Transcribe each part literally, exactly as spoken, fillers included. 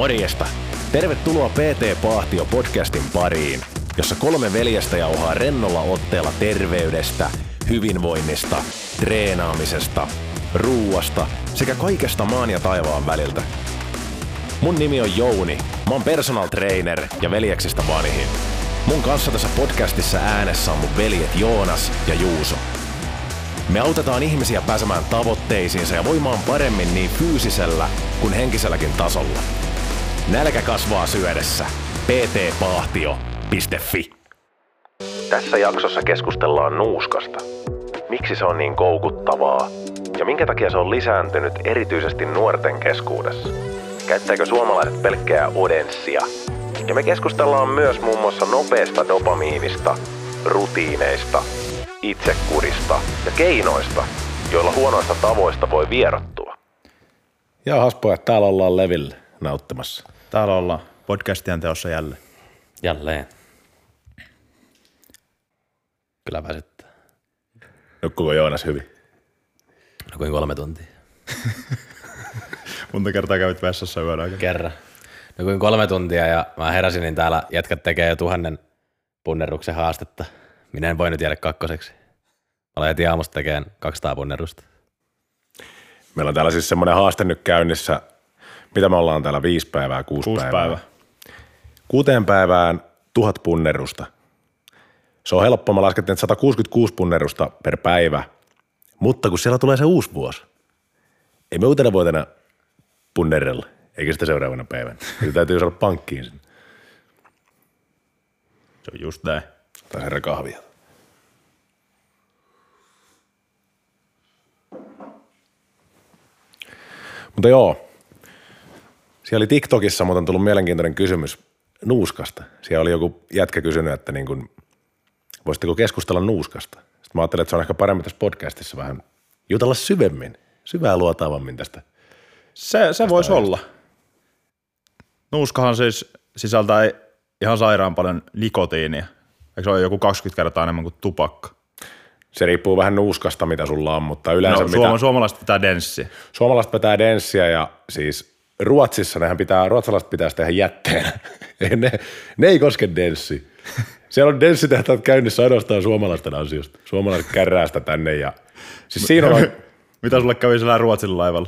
Morjesta! Tervetuloa P T Paahtio podcastin pariin, jossa kolme veljestä jauhaa rennolla otteella terveydestä, hyvinvoinnista, treenaamisesta, ruuasta sekä kaikesta maan ja taivaan väliltä. Mun nimi on Jouni, mä oon personal trainer ja veljeksistä vanhin. Mun kanssa tässä podcastissa äänessä on mun veljet Joonas ja Juuso. Me autetaan ihmisiä pääsemään tavoitteisiinsa ja voimaan paremmin niin fyysisellä kuin henkiselläkin tasolla. Nälkä kasvaa syödessä. p t paahtio piste f i. Tässä jaksossa keskustellaan nuuskasta. Miksi se on niin koukuttavaa? Ja minkä takia se on lisääntynyt erityisesti nuorten keskuudessa? Käyttääkö suomalaiset pelkkää odenssia? Ja me keskustellaan myös muun muassa nopeasta dopamiinista, rutiineista, itsekurista ja keinoista, joilla huonoista tavoista voi vierottua. Jaahas pojat, täällä ollaan levillä nauttimassa. Täällä ollaan podcastien teossa jälleen. Jälleen. Kyllä väsyttää. Nukkuuko Joonas hyvin? Nukuin kolme tuntia. Monta kertaa kävit vessassa yön aikana? Kerran. Nukuin kolme tuntia ja mä heräsin, niin täällä jätkät tekee jo tuhannen punnerruksen haastetta. Minä en voinut jäädä kakkoseksi. Mä aloin heti aamusta tekemään kaksisataa punnerusta. Meillä on täällä siis semmoinen haaste nyt käynnissä. Mitä me ollaan täällä? Viisi päivää, kuusi, kuusi päivää. päivää. Kuuteen päivään tuhat punnerusta. Se on helppoa. Mä laskettiin, että sata kuusikymmentäkuusi punnerusta per päivä. Mutta kun siellä tulee se uusi vuosi, ei me uutena vuotena punnerella, eikä sitä seuraavana päivänä. Sitä täytyy saada pankkiin sinne. Se on just näin. Tai herra kahvia. Mutta joo, siellä oli TikTokissa muuten tullut mielenkiintoinen kysymys nuuskasta. Siellä oli joku jätkä kysynyt, että niin kuin, voisitteko keskustella nuuskasta. Sitten mä ajattelin, että se on ehkä paremmin tässä podcastissa vähän jutella syvemmin, syvää luotaavammin tästä. Se, se voisi olla. Nuuskahan siis sisältää ihan sairaan paljon nikotiinia. Eikö se ole joku kaksikymmentä kertaa enemmän kuin tupakka? Se riippuu vähän nuuskasta, mitä sulla on, mutta yleensä no, mitä... Suoma, suomalaiset pitää denssiä. Suomalaiset pitää denssiä ja siis Ruotsissa nehän pitää, ruotsalaiset pitäisi tehdä jätteenä. ne, ne ei koske denssiä. Siellä on denssitehtaat käynnissä ainoastaan suomalaisten asioista. Suomalaiset kärrää sitä tänne ja... Siis siinä on... Mitä sulle kävi siellä Ruotsin laivalla?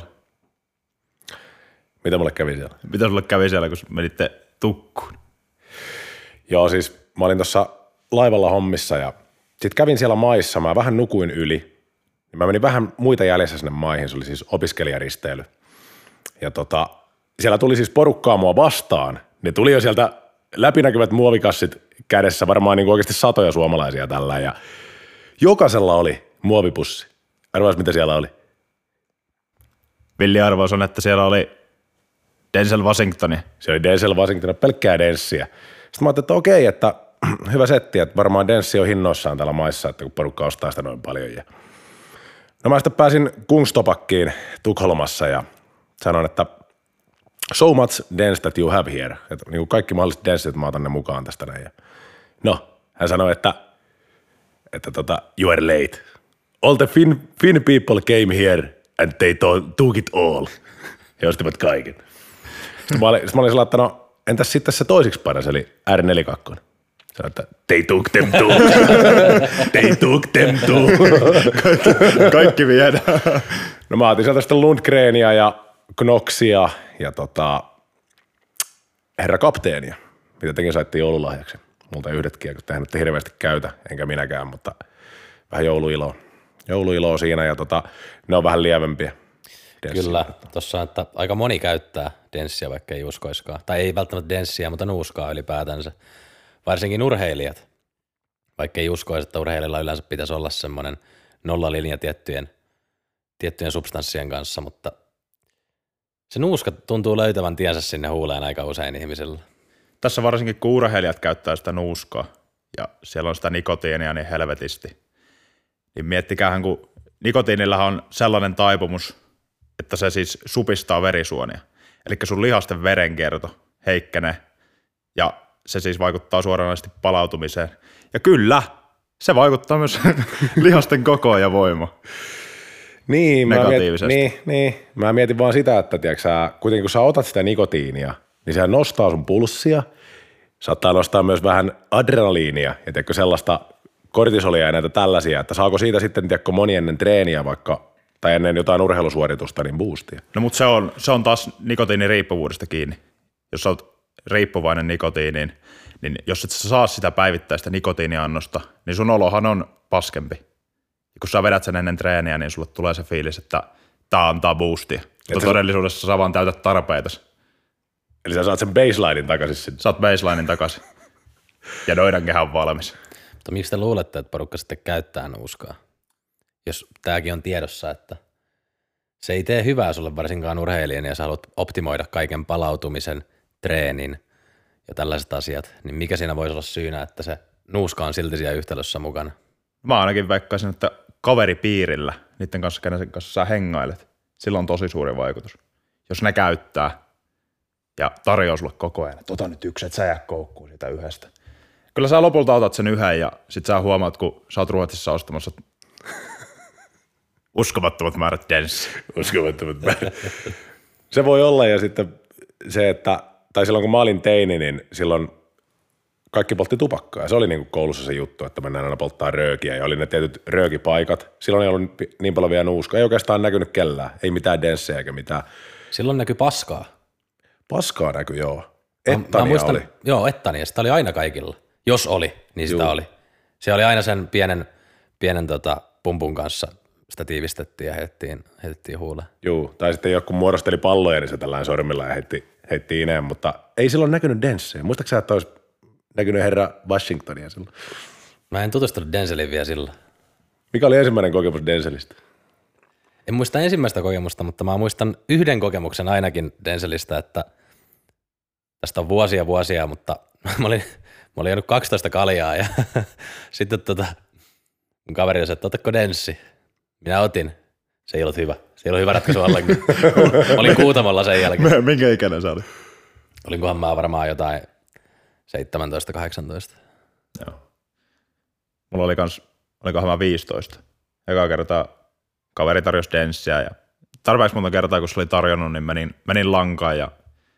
Mitä mulle kävi siellä? Mitä sulle kävi siellä, kun menitte tukkuun? Joo, siis mä olin tuossa laivalla hommissa ja sit kävin siellä maissa, mä vähän nukuin yli. Mä menin vähän muita jäljessä sinne maihin, se oli siis opiskelijaristeily. Ja tota, siellä tuli siis porukkaa mua vastaan. Ne tuli jo sieltä läpinäkyvät muovikassit kädessä, varmaan niin kuin oikeasti satoja suomalaisia tällä. Ja jokaisella oli muovipussi. Arvaas, mitä siellä oli? Villi arvaus on, että siellä oli Denzel Washingtoni. Se oli Denzel Washington, pelkkää denssiä. Sitten mä ajattelin, että okei, että hyvä setti, että varmaan denssi on hinnoissaan täällä maissa, että kun porukka ostaa sitä noin paljon. Ja... No mä sitten pääsin Kungstopakkiin Tukholmassa ja sanoin, että so much dance that you have here. Että niin kuin kaikki mahdolliset danssit, mä otan ne mukaan tästä näin. Ja... No, hän sanoi, että, että tota, you are late. All the Finn, Finn people came here and they took it all. He ostivat kaiken. Sitten mä olin, sitten mä olin sillä, että no, entäs sitten se toisiksi paras, eli R neljäkymmentäkaksi. Sanoin, että they took them too. They took them too. Kaikki viedään. No mä otin sieltä sitten Lundgrenia ja Knoxia ja tota, herra kapteenia, mitä tekin saitte joululahjaksi. Multa yhdetkin, kun tehän ette hirveästi käytä, enkä minäkään, mutta vähän jouluiloa. Jouluiloa siinä ja tota, ne on vähän lievempiä. Denssiä. Kyllä, tuossa on, että aika moni käyttää denssiä, vaikka ei uskoiskaan. Tai ei välttämättä denssiä, mutta nuuskaa ylipäätänsä. Varsinkin urheilijat, vaikka ei uskoisi, että urheilijalla yleensä pitäisi olla semmoinen nollalinja tiettyjen, tiettyjen substanssien kanssa, mutta se nuuska tuntuu löytävän tiensä sinne huuleen aika usein ihmisillä. Tässä varsinkin kun urheilijat käyttää sitä nuuskaa ja siellä on sitä nikotiinia niin helvetisti, niin miettikäähän, kun nikotiinillahan on sellainen taipumus, että se siis supistaa verisuonia. Eli sun lihasten verenkierto heikkenee ja se siis vaikuttaa suoranaisesti palautumiseen. Ja kyllä, se vaikuttaa myös lihasten kokoon ja voimaan. Niin, negatiivisesti. Mä mietin, niin, niin, mä mietin vaan sitä, että tiiäksä, kuitenkin kun sä otat sitä nikotiinia, niin sehän nostaa sun pulssia, saattaa nostaa myös vähän adrenaliinia ja tiedätkö, sellaista kortisolia ja näitä tällaisia, että saako siitä sitten tiedätkö, moni ennen treeniä vaikka tai ennen jotain urheilusuoritusta niin boostia. No mutta se on, se on taas nikotiiniriippuvuudesta kiinni. Jos sä oot riippuvainen nikotiiniin, niin jos et sä saa sitä päivittäistä nikotiiniannosta, niin sun olohan on paskempi. Ja kun sä vedät sen ennen treeniä, niin sulle tulee se fiilis, että tää antaa boostia. Mutta todellisuudessa sä vaan täytät tarpeitas. Eli sä saat sen baselinein takaisin sinne. Saat baselinein takaisin. Ja noidankehä on valmis. Mutta miksi te luulette, että porukka sitten käyttää nuuskaa? Jos tääkin on tiedossa, että se ei tee hyvää sulle varsinkaan urheilijana ja sä haluat optimoida kaiken palautumisen, treenin ja tällaiset asiat, niin mikä siinä voisi olla syynä, että se nuuska on silti siellä yhtälössä mukana? Mä ainakin veikkaisin, että kaveripiirillä, niiden kanssa, kenen kanssa sä hengailet, sillä on tosi suuri vaikutus. Jos ne käyttää ja tarjoaa sulle koko ajan, että ota nyt yksi, että sä jää koukkuun siitä yhdestä. Kyllä sä lopulta otat sen yhden ja sit sä huomaat, kun sä oot Ruotsissa ostamassa uskomattomat määrät denssi. Uskomattomat määrät. Se voi olla ja sitten se, että, tai silloin kun mä olin teini, niin silloin kaikki poltti tupakkaa. Ja se oli niin kuin koulussa se juttu, että mennään aina polttaa röökiä ja oli ne tietyt röökipaikat. Silloin ei ollut niin paljon vielä nuuskaa. Ei oikeastaan näkynyt kellään. Ei mitään denssejä eikä mitään. Silloin näkyi paskaa. Paskaa näkyi, joo. Ettania muistan, oli. Joo, ettania. Sitä oli aina kaikilla. Jos oli, niin sitä Juu. oli. Se oli aina sen pienen, pienen tota, pumpun kanssa. Sitä tiivistettiin ja heitettiin, heitettiin huuleen. Joo, tai sitten joku muodosteli palloja, niin se tällainen sormilla ja heitti, heitti ineen, mutta ei silloin näkynyt denssejä. Muistatko sä, että olisi näkynyt herra Washingtonia silloin? Mä en tutustunut Denzeliin vielä silloin. Mikä oli ensimmäinen kokemus Denzelistä? En muista ensimmäistä kokemusta, mutta mä muistan yhden kokemuksen ainakin Denzelistä, että tästä on vuosia vuosia, mutta mä olin, mä olin jäänyt kaksitoista kaljaa ja sitten tota, mun kaveri oli, että otatko denssi? Minä otin. Se ei ollut hyvä. Se ei ollut hyvä ratkaisu ollenkaan. Olin Kuutamolla sen jälkeen. Minkä ikäinen sä oli? Olinkohan mä varmaan jotain seitsemäntoista kahdeksantoista. Joo. Mulla oli kans, olikohan mä viisitoista. Eka kertaa kaveri tarjosi denssiä ja tarpeeksi monta kertaa, kun se oli tarjonnut, niin menin, menin lankaan ja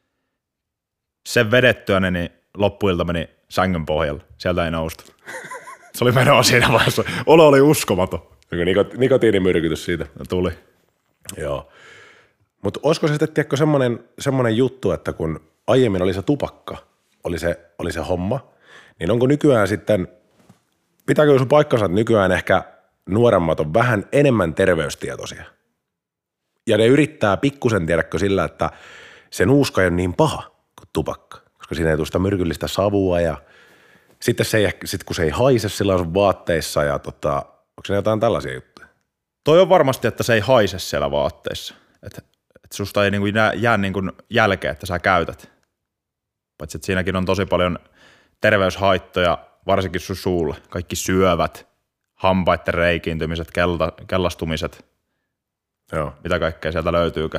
sen vedettyä, niin loppuilta meni sängyn pohjalle. Sieltä ei noustu. Se oli menoa siinä vaiheessa. Olo oli uskomaton. Nikotiinimyrkytys siitä. Tuli. Joo. Mutta olisiko se sitten, tiedätkö, semmoinen, semmoinen juttu, että kun aiemmin oli se tupakka, oli se, oli se homma, niin onko nykyään sitten, pitääkö sun paikkansa, että nykyään ehkä nuoremmat on vähän enemmän terveystietoisia? Ja ne yrittää pikkusen, tiedätkö, sillä, että se nuuska ei ole niin paha kuin tupakka, koska siinä ei tule sitä myrkyllistä savua ja sitten se ei, sit kun se ei haise sillä sun vaatteissa ja tota, onko se jotain tällaisia juttuja? Toi on varmasti, että se ei haise siellä vaatteissa. Että et susta ei niinku jää, jää niinku jälkeen, että sä käytät. Paitsi, että siinäkin on tosi paljon terveyshaittoja, varsinkin sun suulle. Kaikki syövät, hampaiden reikiintymiset, kelta, kellastumiset, Joo. mitä kaikkea sieltä löytyykö.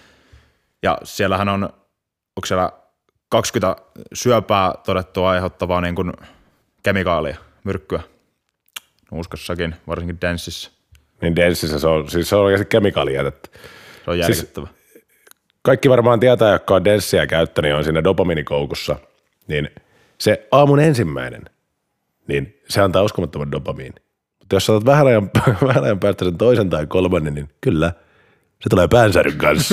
Ja siellähän on, onko siellä kaksikymmentä syöpää todettua aiheuttavaa niin kuin kemikaalia, myrkkyä. Nuuskassakin, varsinkin denssissä. Niin denssissä se on, siis se on oikeasti kemikaalijätettä. Se on järkyttävä. Siis kaikki varmaan tietää, jotka on denssiä käyttänyt, on siinä dopamiinikoukussa, niin se aamun ensimmäinen, niin se antaa uskomattoman dopamiini. Mutta jos sä otat vähän ajan, vähän ajan päästä sen toisen tai kolmannen, niin kyllä, se tulee päänsäryn kanssa.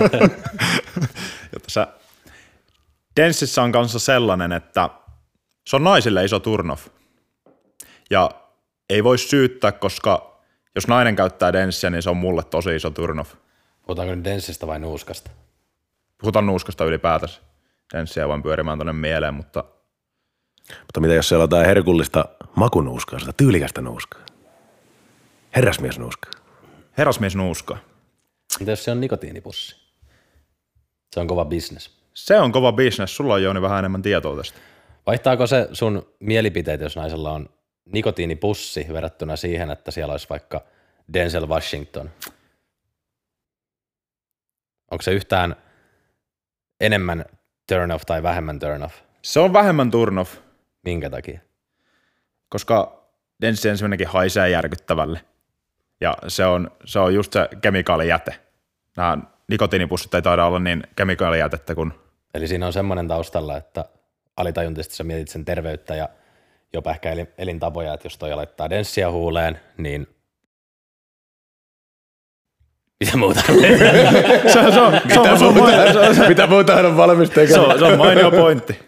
Ja tässä denssissä on kanssa sellainen, että se on naisille iso turn-off. Ja ei voi syyttää, koska jos nainen käyttää denssiä, niin se on mulle tosi iso turn-off. Puhutaanko nyt denssistä vai nuuskasta? Puhutaan nuuskasta ylipäätänsä. Denssiä vaan pyörimään tuonne mieleen, mutta... Mutta mitä jos siellä on jotain herkullista makunuuskaa, sitä tyylikästä nuuskaa? Herrasmiesnuuskaa. Herrasmiesnuuskaa. Mitä jos se on nikotiinipussi? Se on kova business. Se on kova business. Sulla on, Jouni, vähän enemmän tietoa tästä. Vaihtaako se sun mielipiteet, jos naisella on nikotiinipussi verrattuna siihen, että siellä olisi vaikka Denzel Washington? Onko se yhtään enemmän turn off tai vähemmän turn off? Se on vähemmän turn off. Minkä takia? Koska Denzel ensimmäinenkin haisee järkyttävälle. Ja se on, se on just se kemikaalijäte. Nämä nikotiinipussit ei taida olla niin kemikaalijätettä kuin Eli siinä on semmoinen taustalla, että alitajuntaisesti sä mietit sen terveyttä ja jopa ehkä elintapoja, että jos toi laittaa denssia huuleen, niin mitä muuta? se on, se on, mitä, se on, muuta, se on, mitä muuta hän on valmis tekemään? Se on, se on mainio pointti.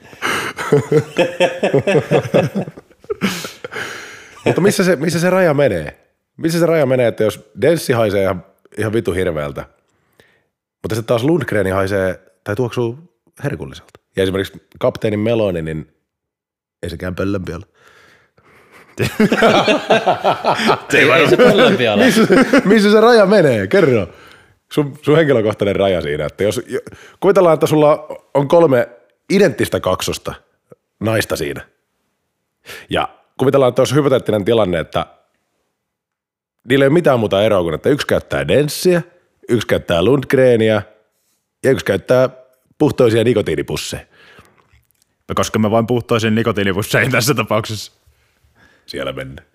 Mutta missä se, missä se raja menee? Missä se raja menee, että jos denssi haisee ihan, ihan vitu hirveältä, mutta sitten taas Lundgreni haisee tai tuoksuu herkulliselta. Ja esimerkiksi kapteenin Meloni, niin ei sekään pöllömpi ole. ei, ei se pöllömpi ole. missä, missä se raja menee? Kerro. Sun, sun henkilökohtainen raja siinä, että jos kuvitellaan, että sulla on kolme identtistä kaksosta naista siinä. Ja kuvitellaan, että olisi hypoteettinen tilanne, että niillä ei ole mitään muuta eroa kuin, että yksi käyttää denssiä, yksi käyttää Lundgrenia ja yksi käyttää puhtoisia nikotiinipusseja. Koska me vain puhtoisiin nikotiinipusseihin tässä tapauksessa. Siellä mennään.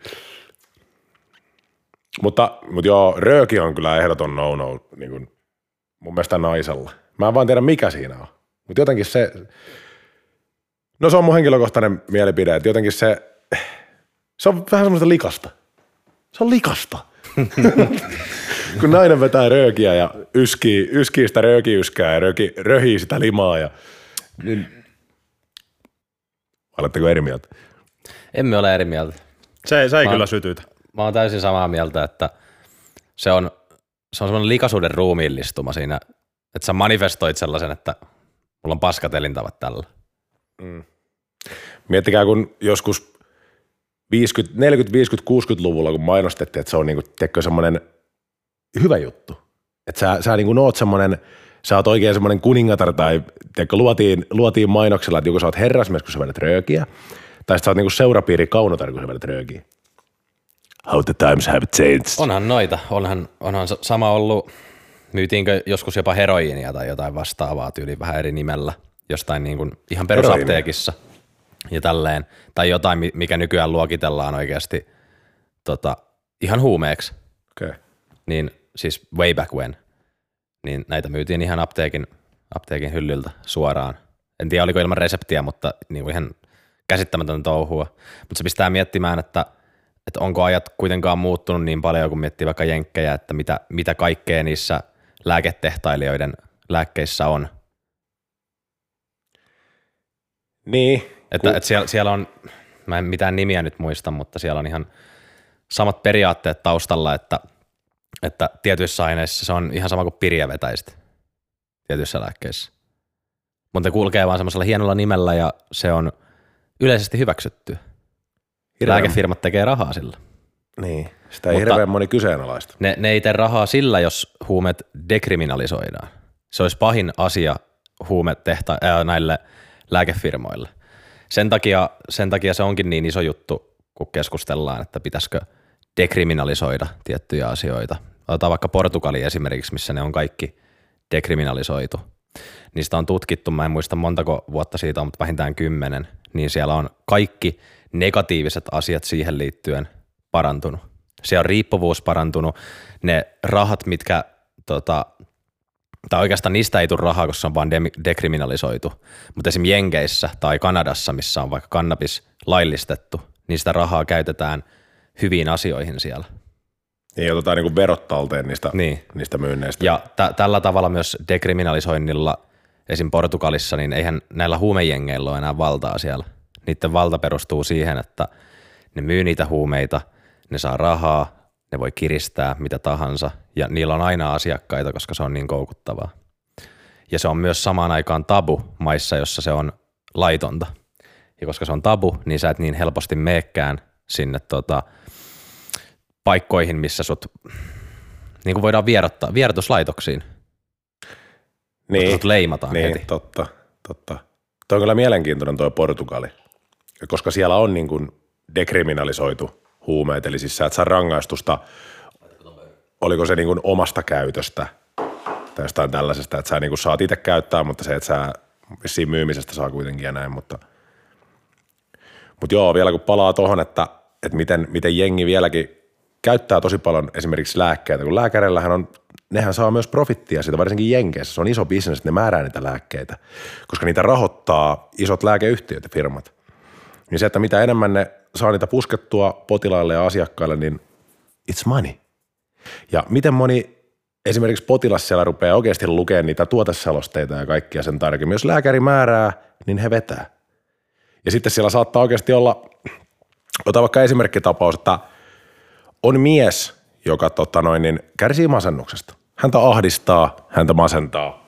Mutta, mutta joo, rööki on kyllä ehdoton no-no niin kuin mun mielestä naisella. Mä en vaan tiedä, mikä siinä on. Mutta jotenkin se, no se on mun henkilökohtainen mielipide, että jotenkin se, se on vähän semmoista likasta. Se on likasta. Kun nainen vetää röökiä ja yskii, yskii sitä röökiyskää ja rööki, röhii sitä limaa. Ja, niin, oletteko eri mieltä? Emme ole eri mieltä. Se, se ei mä, kyllä sytytä. Mä oon täysin samaa mieltä, että se on, se on semmoinen likaisuuden ruumiillistuma siinä, että sä manifestoit sellaisen, että mulla on paskat elintavat tällä. Mm. Miettikää, kun joskus viisikymmentä, neljäkymmentä, viisikymmentä, kuusikymmentäluvulla, kun mainostettiin, että se on niinku, tiedätkö, semmoinen hyvä juttu. Että sä, sä niinku oot semmoinen, sä oot oikein semmoinen kuningatar tai tiedätkö, luotiin, luotiin mainoksella, että joku sä oot herrasmies, kun sä vedät röökiä, tai sä oot niinku seurapiiri kaunotar, kun sä vedät röökiä. How the times have changed. Onhan noita, onhan, onhan sama ollut, myytiinkö joskus jopa heroiinia tai jotain vastaavaa tyyliin vähän eri nimellä, jostain niin kuin ihan perusapteekissa ja tälleen, tai jotain, mikä nykyään luokitellaan oikeasti tota, ihan huumeeksi. Okay. Niin siis way back when, niin näitä myytiin ihan apteekin, apteekin hyllyltä suoraan. En tiedä, oliko ilman reseptiä, mutta niin kuin ihan käsittämätöntä touhua. Mutta se pistää miettimään, että, että onko ajat kuitenkaan muuttunut niin paljon, kun miettii vaikka jenkkejä, että mitä, mitä kaikkea niissä lääketehtailijoiden lääkkeissä on. Niin. Että, kun... että siellä, siellä on, mä en mitään nimiä nyt muista, mutta siellä on ihan samat periaatteet taustalla, että, että tietyissä aineissa se on ihan sama kuin piriä vetäisit tietyissä lääkkeissä. Mutta kulkee vaan semmoisella hienolla nimellä ja se on yleisesti hyväksytty. Hirveän... Lääkefirmat tekee rahaa sillä. Niin, sitä ei hirveän moni kyseenalaista. Ne, ne ei tee rahaa sillä, jos huumeet dekriminalisoidaan. Se olisi pahin asia huumetehta äh, näille lääkefirmoille. Sen takia, sen takia se onkin niin iso juttu, kun keskustellaan, että pitäisikö dekriminalisoida tiettyjä asioita. Otetaan vaikka Portugali esimerkiksi, missä ne on kaikki dekriminalisoitu. Niistä on tutkittu, mä en muista montako vuotta siitä on, mutta vähintään kymmenen, niin siellä on kaikki negatiiviset asiat siihen liittyen parantunut. Siellä on riippuvuus parantunut, ne rahat, mitkä, tota, tai oikeastaan niistä ei tule rahaa, koska se on vaan de- dekriminalisoitu, mutta esimerkiksi Jenkeissä tai Kanadassa, missä on vaikka kannabis laillistettu, niin sitä rahaa käytetään hyviin asioihin siellä. Niin otetaan niin kuin verot talteen niistä, niin. niistä myynneistä. Ja t- tällä tavalla myös dekriminalisoinnilla esim. Portugalissa, niin eihän näillä huumejengeillä ole enää valtaa siellä. Niiden valta perustuu siihen, että ne myy niitä huumeita, ne saa rahaa, ne voi kiristää mitä tahansa ja niillä on aina asiakkaita, koska se on niin koukuttavaa. Ja se on myös samaan aikaan tabu maissa, jossa se on laitonta. Ja koska se on tabu, niin sä et niin helposti meekään sinne tota, paikkoihin, missä sut niin kuin voidaan vierottaa, vierotuslaitoksiin. Niin, sut leimataan niin, heti. totta, totta. Tuo on kyllä mielenkiintoinen tuo Portugali, koska siellä on niin kuin dekriminalisoitu huumeet, eli siis sä et saa rangaistusta, oliko se niin kuin omasta käytöstä tai jostain tällaisesta, että sä niin kuin saat itse käyttää, mutta se, että sä vissiin myymisestä saa kuitenkin ja näin, mutta, mutta joo, vielä kun palaa tuohon, että, että miten, miten jengi vieläkin käyttää tosi paljon esimerkiksi lääkkeitä, kun lääkäreillähän on nehän saa myös profittia siitä, varsinkin Jenkeissä. Se on iso bisnes, että ne määrää niitä lääkkeitä, koska niitä rahoittaa isot lääkeyhtiöt ja firmat. Niin se, että mitä enemmän ne saa niitä puskettua potilaille ja asiakkaille, niin it's money. Ja miten moni esimerkiksi potilas siellä rupeaa oikeasti lukemaan niitä tuoteselosteita ja kaikkia sen tarkemmin. Jos lääkäri määrää, niin he vetää. Ja sitten siellä saattaa oikeasti olla, ota vaikka esimerkkitapaus, että on mies, joka tota noin, niin kärsii masennuksesta. Häntä ahdistaa, häntä masentaa.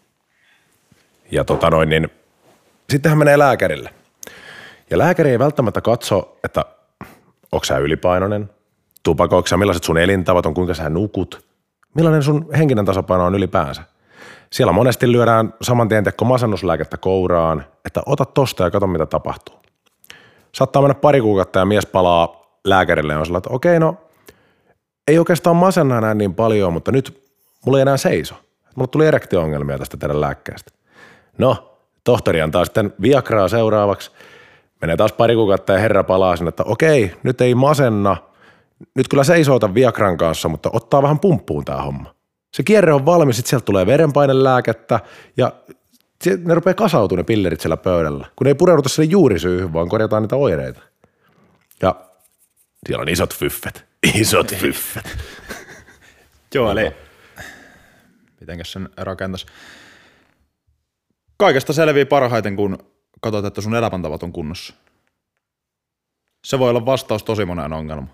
Ja tota noin, niin sitten hän menee lääkärille. Ja lääkäri ei välttämättä katso, että onko sä ylipainoinen, tupakoiko sä, millaiset sun elintavat on, kuinka sä nukut, millainen sun henkinen tasapaino on ylipäänsä. Siellä monesti lyödään saman tien tekko masennuslääkettä kouraan, että ota tosta ja katso mitä tapahtuu. Saattaa mennä pari kuukautta ja mies palaa lääkärille ja on sillä, että okei no, ei oikeastaan masenna enää niin paljon, mutta nyt mulla ei enää seiso. Mulla tuli erektio-ongelmia tästä teidän lääkkeestä. No, tohtori antaa sitten Viagraa seuraavaksi. Menee taas pari kuukautta ja herra palaa sinne, että okei, nyt ei masenna. Nyt kyllä seisoo Viagran kanssa, mutta ottaa vähän pumppuun tää homma. Se kierre on valmis, sitten sieltä tulee verenpainelääkettä ja ne rupeaa kasautumaan ne pillerit siellä pöydällä, kun ne ei pureuduta sinne juurisyyhyn, vaan korjataan niitä oireita. Ja siellä on isot fyffet. Isot fyffet. Joo, eli mitenkäs sen rakentaisi? Kaikesta selvii parhaiten, kun katsot, että sun elämäntavat on kunnossa. Se voi olla vastaus tosi moneen ongelmaan.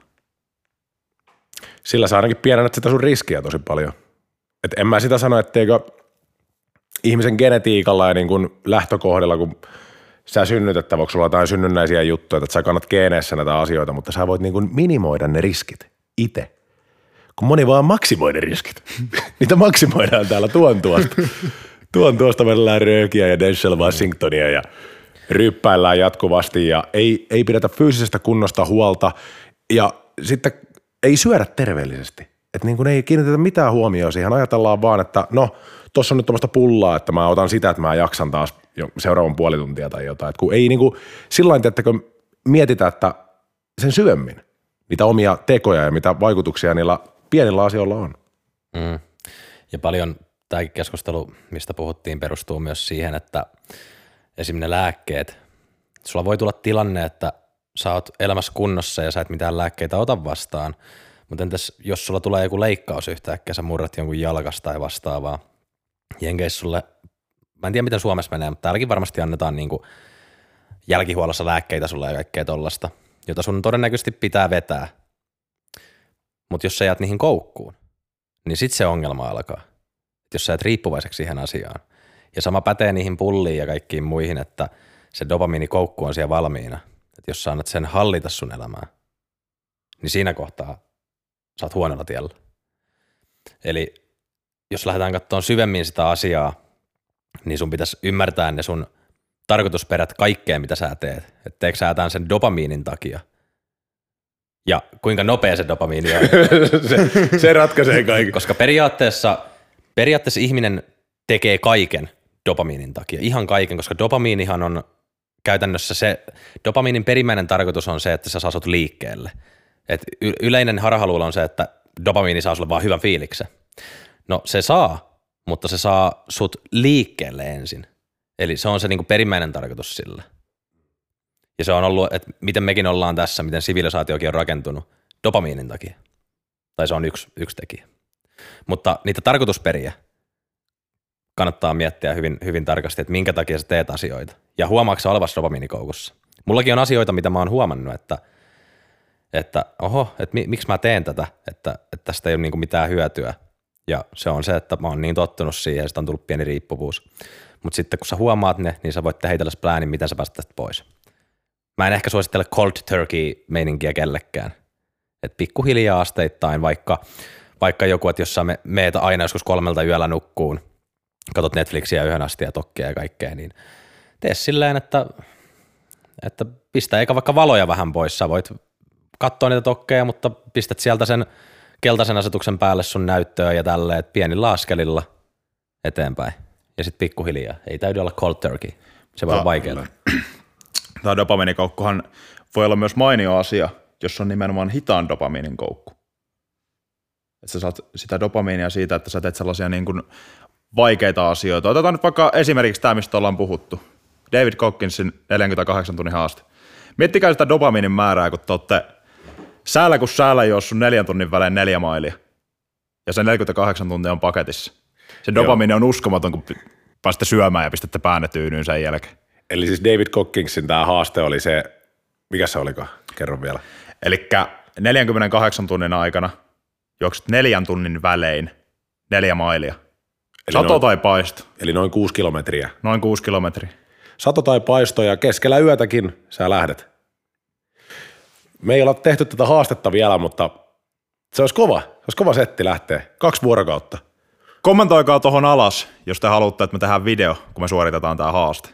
Sillä sä ainakin pienennät sitä sun riskiä tosi paljon. Et en mä sitä sano, etteikö ihmisen genetiikalla ja niin kun lähtökohdilla, kun sä synnyt, että voiko sulla jotain synnynnäisiä juttuja, että sä kannat geeneissä näitä asioita, mutta sä voit niin kun minimoida ne riskit itse. Kun moni vaan maksimoi ne riskit. Niitä maksimoidaan täällä tuon tuosta. Tuon tuosta vedellään röökiä ja Denzel Washingtonia ja ryppäillään jatkuvasti ja ei, ei pidetä fyysisestä kunnosta huolta ja sitten ei syödä terveellisesti. Että niin kuin ei kiinnitetä mitään huomioon siihen. Ajatellaan vaan, että no, tuossa on nyt tuommoista pullaa, että mä otan sitä, että mä jaksan taas jo seuraavan puoli tuntia tai jotain. Et kun ei niin kuin sillain, teettekö mietitä, että sen syvemmin, mitä omia tekoja ja mitä vaikutuksia niillä pienillä asioilla on. Mm. Ja paljon tämäkin keskustelu, mistä puhuttiin, perustuu myös siihen, että esimerkiksi ne lääkkeet, sulla voi tulla tilanne, että sä oot elämässä kunnossa ja sä et mitään lääkkeitä ota vastaan, mutta entäs jos sulla tulee joku leikkaus yhtäkkiä, sä murrat jonkun jalkas tai vastaavaa, Jenkeissä sulle, mä en tiedä miten Suomessa menee, mutta täälläkin varmasti annetaan niinku jälkihuollossa lääkkeitä sulle ja kaikkea tollasta, jota sun todennäköisesti pitää vetää, mutta jos sä jäät niihin koukkuun, niin sit se ongelma alkaa, että jos sä et riippuvaiseksi siihen asiaan. Ja sama pätee niihin pulliin ja kaikkiin muihin, että se dopamiinikoukku on siellä valmiina. Että jos sä annat sen hallita sun elämää, niin siinä kohtaa sä oot huonolla tiellä. Eli jos lähdetään katsomaan syvemmin sitä asiaa, niin sun pitäisi ymmärtää ne sun tarkoitusperät kaikkeen, mitä sä teet. Että teekö sä tämän sen dopamiinin takia? Ja kuinka nopea se dopamiini on? se, se ratkaisee kaiken. Koska periaatteessa, periaatteessa ihminen tekee kaiken dopamiinin takia. Ihan kaiken, koska dopamiinihan on käytännössä se, dopamiinin perimmäinen tarkoitus on se, että sä saa sut liikkeelle. Et yleinen harhaluulo on se, että dopamiini saa sulle vaan hyvän fiiliksen. No se saa, mutta se saa sut liikkeelle ensin. Eli se on se niinku perimmäinen tarkoitus sillä. Ja se on ollut, että miten mekin ollaan tässä, miten sivilisaatiokin on rakentunut dopamiinin takia. Tai se on yksi, yksi tekijä. Mutta niitä tarkoitusperiä kannattaa miettiä hyvin, hyvin tarkasti, että minkä takia sä teet asioita. Ja huomaatko sä olevassa dopamiinikoukussa? Mullakin on asioita, mitä mä oon huomannut, että, että oho, että mi, miksi mä teen tätä, että, että tästä ei ole niinku mitään hyötyä. Ja se on se, että mä oon niin tottunut siihen, ja sitä on tullut pieni riippuvuus. Mutta sitten kun sä huomaat ne, niin sä voit tehdä itsellesi pläänin, miten sä pääset tästä pois. Mä en ehkä suosittele cold turkey-meininkiä kellekään. Että pikkuhiljaa asteittain, vaikka, vaikka joku, että jos sä me, meet aina joskus kolmelta yöllä nukkuun, katot Netflixiä yhden asti ja tokkia ja kaikkea, niin tee silleen, että, että pistä eikä vaikka valoja vähän pois. Sä voit katsoa niitä tokkeja, mutta pistät sieltä sen keltaisen asetuksen päälle sun näyttöön ja tälleen, että pienillä askelilla eteenpäin. Ja sitten pikkuhiljaa. Ei täydy olla cold turkey. Se voi olla vaikeaa. Tämä dopamiinikoukkuhan voi olla myös mainio asia, jos on nimenomaan hitaan dopamiinin koukku. että sä saat sitä dopamiinia siitä, että sä teet sellaisia niin kuin vaikeita asioita. Otetaan nyt vaikka esimerkiksi tämä, mistä ollaan puhuttu. David Gogginsin neljänkymmenenkahdeksan tunnin haaste. Miettikää sitä dopamiinin määrää, kun te olette säällä kun säällä juossut neljän tunnin välein neljä mailia. Ja se neljäkymmentäkahdeksan tuntia on paketissa. Se dopamiini on uskomaton, kun pääsette syömään ja pistätte päänne tyynyyn sen jälkeen. Eli siis David Gogginsin tämä haaste oli se, mikä se oliko? Kerro vielä. Elikkä neljänkymmenenkahdeksan tunnin aikana juokset neljän tunnin välein neljä mailia. Eli Sato noin, tai paisto. Eli noin kuusi kilometriä. Noin kuusi kilometriä. Sato tai paisto ja keskellä yötäkin sä lähdet. Me ei olla tehty tätä haastetta vielä, mutta se olisi kova. Se olisi kova setti lähteä. Kaksi vuorokautta. Kommentoikaa tuohon alas, jos te haluatte, että me tehdään video, kun me suoritetaan tämä haaste.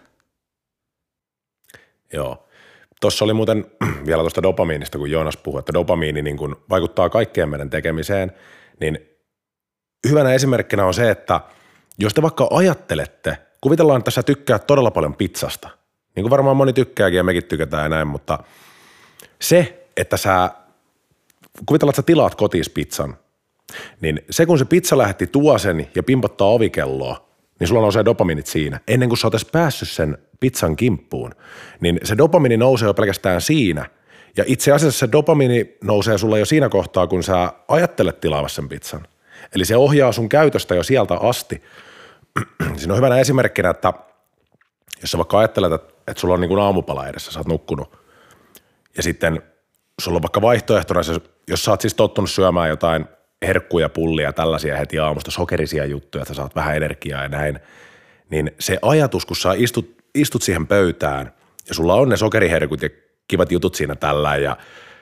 Joo. Tuossa oli muuten vielä tuosta dopamiinista, kun Joonas puhui, että dopamiini niin kun vaikuttaa kaikkeen meidän tekemiseen, niin hyvänä esimerkkinä on se, että jos te vaikka ajattelette, kuvitellaan, että sä tykkäät todella paljon pizzasta, niin kuin varmaan moni tykkääkin ja mekin tykätään ja näin, mutta se, että sä, kuvitellaan, että sä tilaat kotiis pizzan, niin se kun se pizza lähetti tuosen ja pimpottaa ovikelloa, niin sulla nousee dopamiinit siinä. Ennen kuin sä oot edes päässyt sen pizzan kimppuun, niin se dopamiini nousee jo pelkästään siinä. Ja itse asiassa se dopamiini nousee sulla jo siinä kohtaa, kun sä ajattelet tilaavassa sen pizzan. Eli se ohjaa sun käytöstä jo sieltä asti. Siinä on hyvänä esimerkkinä, että jos sä vaikka ajattelet, että sulla on niin kuin aamupala edessä, sä oot nukkunut, ja sitten sulla on vaikka vaihtoehtona, jos sä oot siis tottunut syömään jotain herkkuja, pullia, tällaisia heti aamusta, sokerisia juttuja, että sä saat vähän energiaa ja näin, niin se ajatus, kun sä istut, istut siihen pöytään ja sulla on ne sokeriherkut ja kivat jutut siinä tällä ja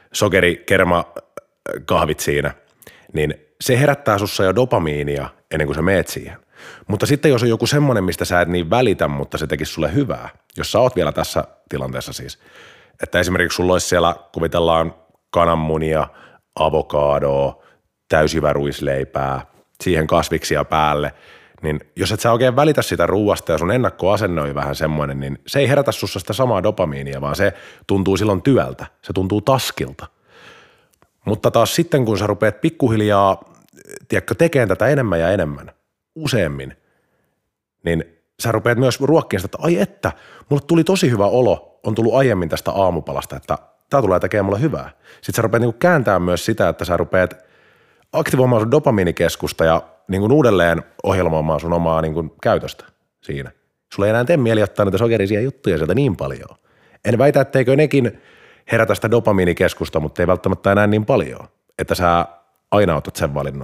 sokerikermakahvit siinä, niin se herättää sussa jo dopamiinia ennen kuin sä meet siihen. Mutta sitten jos on joku semmoinen, mistä sä et niin välitä, mutta se tekisi sulle hyvää, jos sä oot vielä tässä tilanteessa siis, että esimerkiksi sulla olisi siellä, kuvitellaan kananmunia, avokadoa, täysjyvä ruisleipää, siihen kasviksia päälle, niin jos et sä oikein välitä sitä ruuasta ja sun ennakkoasenne on vähän semmoinen, niin se ei herätä sussa sitä samaa dopamiinia, vaan se tuntuu silloin työltä, se tuntuu taskilta. Mutta taas sitten, kun sä rupeat pikkuhiljaa, tiedätkö, tekemään tätä enemmän ja enemmän, useammin, niin sä rupeat myös ruokkimaan sitä, että ai että, mulle tuli tosi hyvä olo, on tullut aiemmin tästä aamupalasta, että tää tulee tekemään mulle hyvää. Sitten sä rupeat niinku kääntämään myös sitä, että sä rupeat aktivoimaan sun dopamiinikeskusta ja niin kuin uudelleen ohjelmoimaan sun omaa niin kuin käytöstä siinä. Sulla ei enää tee mieli ottaa niitä sokerisia juttuja sieltä niin paljon. En väitä, etteikö nekin herätä sitä dopamiinikeskusta, mutta ei välttämättä enää niin paljon, että sä aina otat sen valinnan.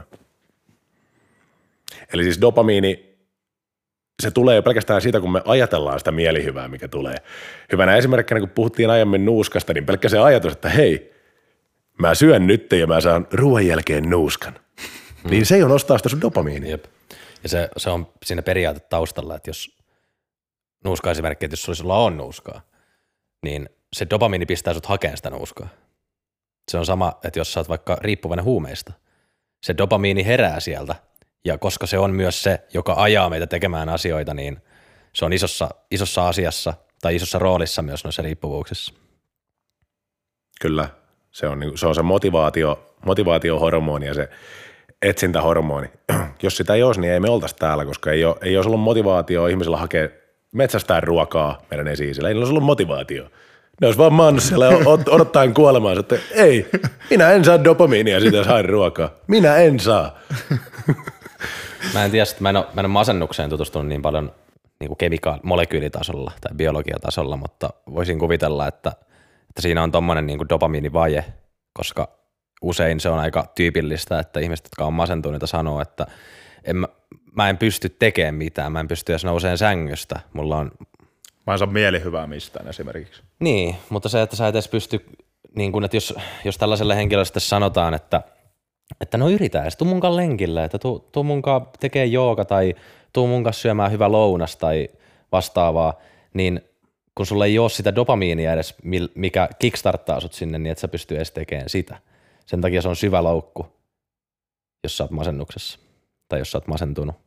Eli siis dopamiini, se tulee jo pelkästään siitä, kun me ajatellaan sitä mielihyvää, mikä tulee. Hyvänä esimerkkinä, kun puhuttiin aiemmin nuuskasta, niin pelkkä se ajatus, että hei, mä syön nyt ja mä saan ruoan jälkeen nuuskan. Hmm. Niin se jo nostaa sitä sun dopamiinia. Jep. Ja se, se on siinä periaate taustalla, että jos nuuska esimerkki, että jos sulla on nuuskaa, niin se dopamiini pistää sut hakemaan sitä nuuskaa. Se on sama, että jos sä oot vaikka riippuvainen huumeista, se dopamiini herää sieltä, ja koska se on myös se, joka ajaa meitä tekemään asioita, niin se on isossa, isossa asiassa tai isossa roolissa myös noissa riippuvuuksissa. Kyllä. Se on, se on se motivaatio, motivaatiohormoni ja se etsintähormoni. Jos sitä ei olisi, niin ei me oltaisi täällä, koska ei ole, ei olisi ollut motivaatio ihmisellä hakea metsästään ruokaa meidän esi-isillä. Ei olisi ollut motivaatio. Ne olisi vaan maannut siellä odottaen kuolemaansa, että ei, minä en saa dopamiinia siitä, jos haen ruokaa. Minä en saa. Mä en tiedä, mä en ole, mä en ole masennukseen tutustunut niin paljon niin kuin kemika- molekyylitasolla tai biologiatasolla, mutta voisin kuvitella, että että siinä on tommoinen niin kuin dopamiinivaje, koska usein se on aika tyypillistä, että ihmiset, jotka on masentuneita, sanoo, että en, mä, mä en pysty tekemään mitään, mä en pysty edes nouseen sängystä. Mulla on... Mä en saa mielihyvää mistään esimerkiksi. Niin, mutta se, että sä et edes pysty, niin kuin, että jos, jos tällaiselle henkilölle sitten sanotaan, että, että no yritä edes, tuu munkaan lenkille, että tuu, tuu munkaan tekee jooga tai tuu munkaan syömään hyvä lounas tai vastaavaa, niin kun sulla ei ole sitä dopamiinia edes, mikä kickstarttaa sut sinne, niin et sä pysty edes tekemään sitä. Sen takia se on syvä loukku, jos sä oot masennuksessa tai jos sä oot masentunut.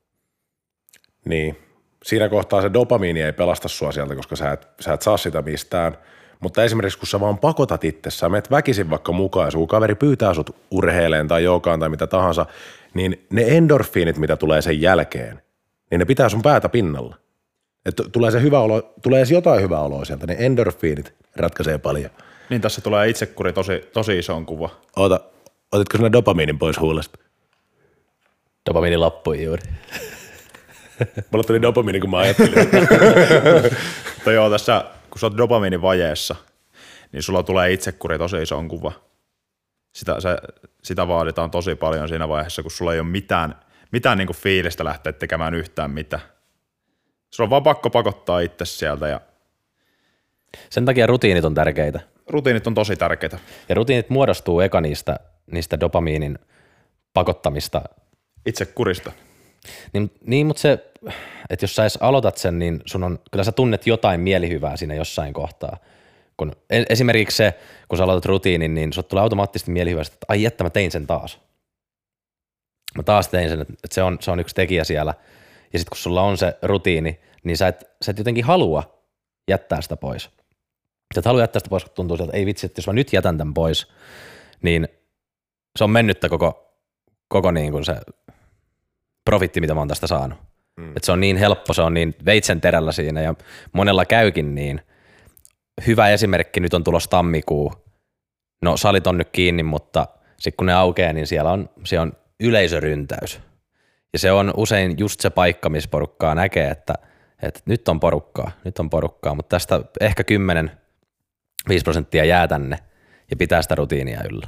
Niin, siinä kohtaa se dopamiini ei pelasta sua sieltä, koska sä et, sä et saa sitä mistään, Mutta esimerkiksi kun sä vaan pakotat itse, sä menet väkisin vaikka mukaan ja sun kaveri pyytää sut urheileen tai joogaan tai mitä tahansa, niin ne endorfiinit, mitä tulee sen jälkeen, niin ne pitää sun päätä pinnalla. Että tulee se hyvä olo, tulee edes jotain hyvää oloa sieltä, ne endorfiinit ratkaisee paljon. Niin tässä tulee itsekuri tosi, tosi isoon kuva. Oota, otitko sinä dopamiinin pois huulesta? Dopamiini loppui juuri. Mulla tuli dopamiini, kun mä ajattelin. Mutta joo, tässä kun sä oot dopamiinin vajeessa, niin sulla tulee itsekuri tosi isoon kuva. Sitä, se, sitä vaaditaan tosi paljon siinä vaiheessa, kun sulla ei ole mitään, mitään niinku fiilistä lähteä tekemään yhtään mitään. Sulla on vaan pakko pakottaa itse sieltä. Ja sen takia rutiinit on tärkeitä. Rutiinit on tosi tärkeitä. Ja rutiinit muodostuu eka niistä, niistä dopamiinin pakottamista. Itsekurista. Niin, niin mutta se, että jos sä edes aloitat sen, niin sun on, kyllä sä tunnet jotain mielihyvää siinä jossain kohtaa. Kun, esimerkiksi se, kun sä aloitat rutiinin, niin sut tulee automaattisesti mielihyvää, että ai jättä, mä tein sen taas. Mä taas tein sen, että se on, se on yksi tekijä siellä. Ja sitten kun sulla on se rutiini, niin sä et, sä et jotenkin halua jättää sitä pois. Sä et halua jättää sitä pois, kun tuntuu sieltä, että ei vitsi, että jos mä nyt jätän tämän pois, niin se on mennyttä koko, koko niin kuin se profitti, mitä mä oon tästä saanut. Mm. Että se on niin helppo, se on niin veitsen terällä siinä ja monella käykin niin. Hyvä esimerkki, nyt on tulossa tammikuu. No salit on nyt kiinni, mutta sitten kun ne aukeaa, niin siellä on, siellä on yleisöryntäys. Ja se on usein just se paikka, missä porukkaa näkee, että, että nyt on porukkaa, nyt on porukkaa, mutta tästä ehkä kymmenen viisi prosenttia jää tänne ja pitää sitä rutiinia yllä.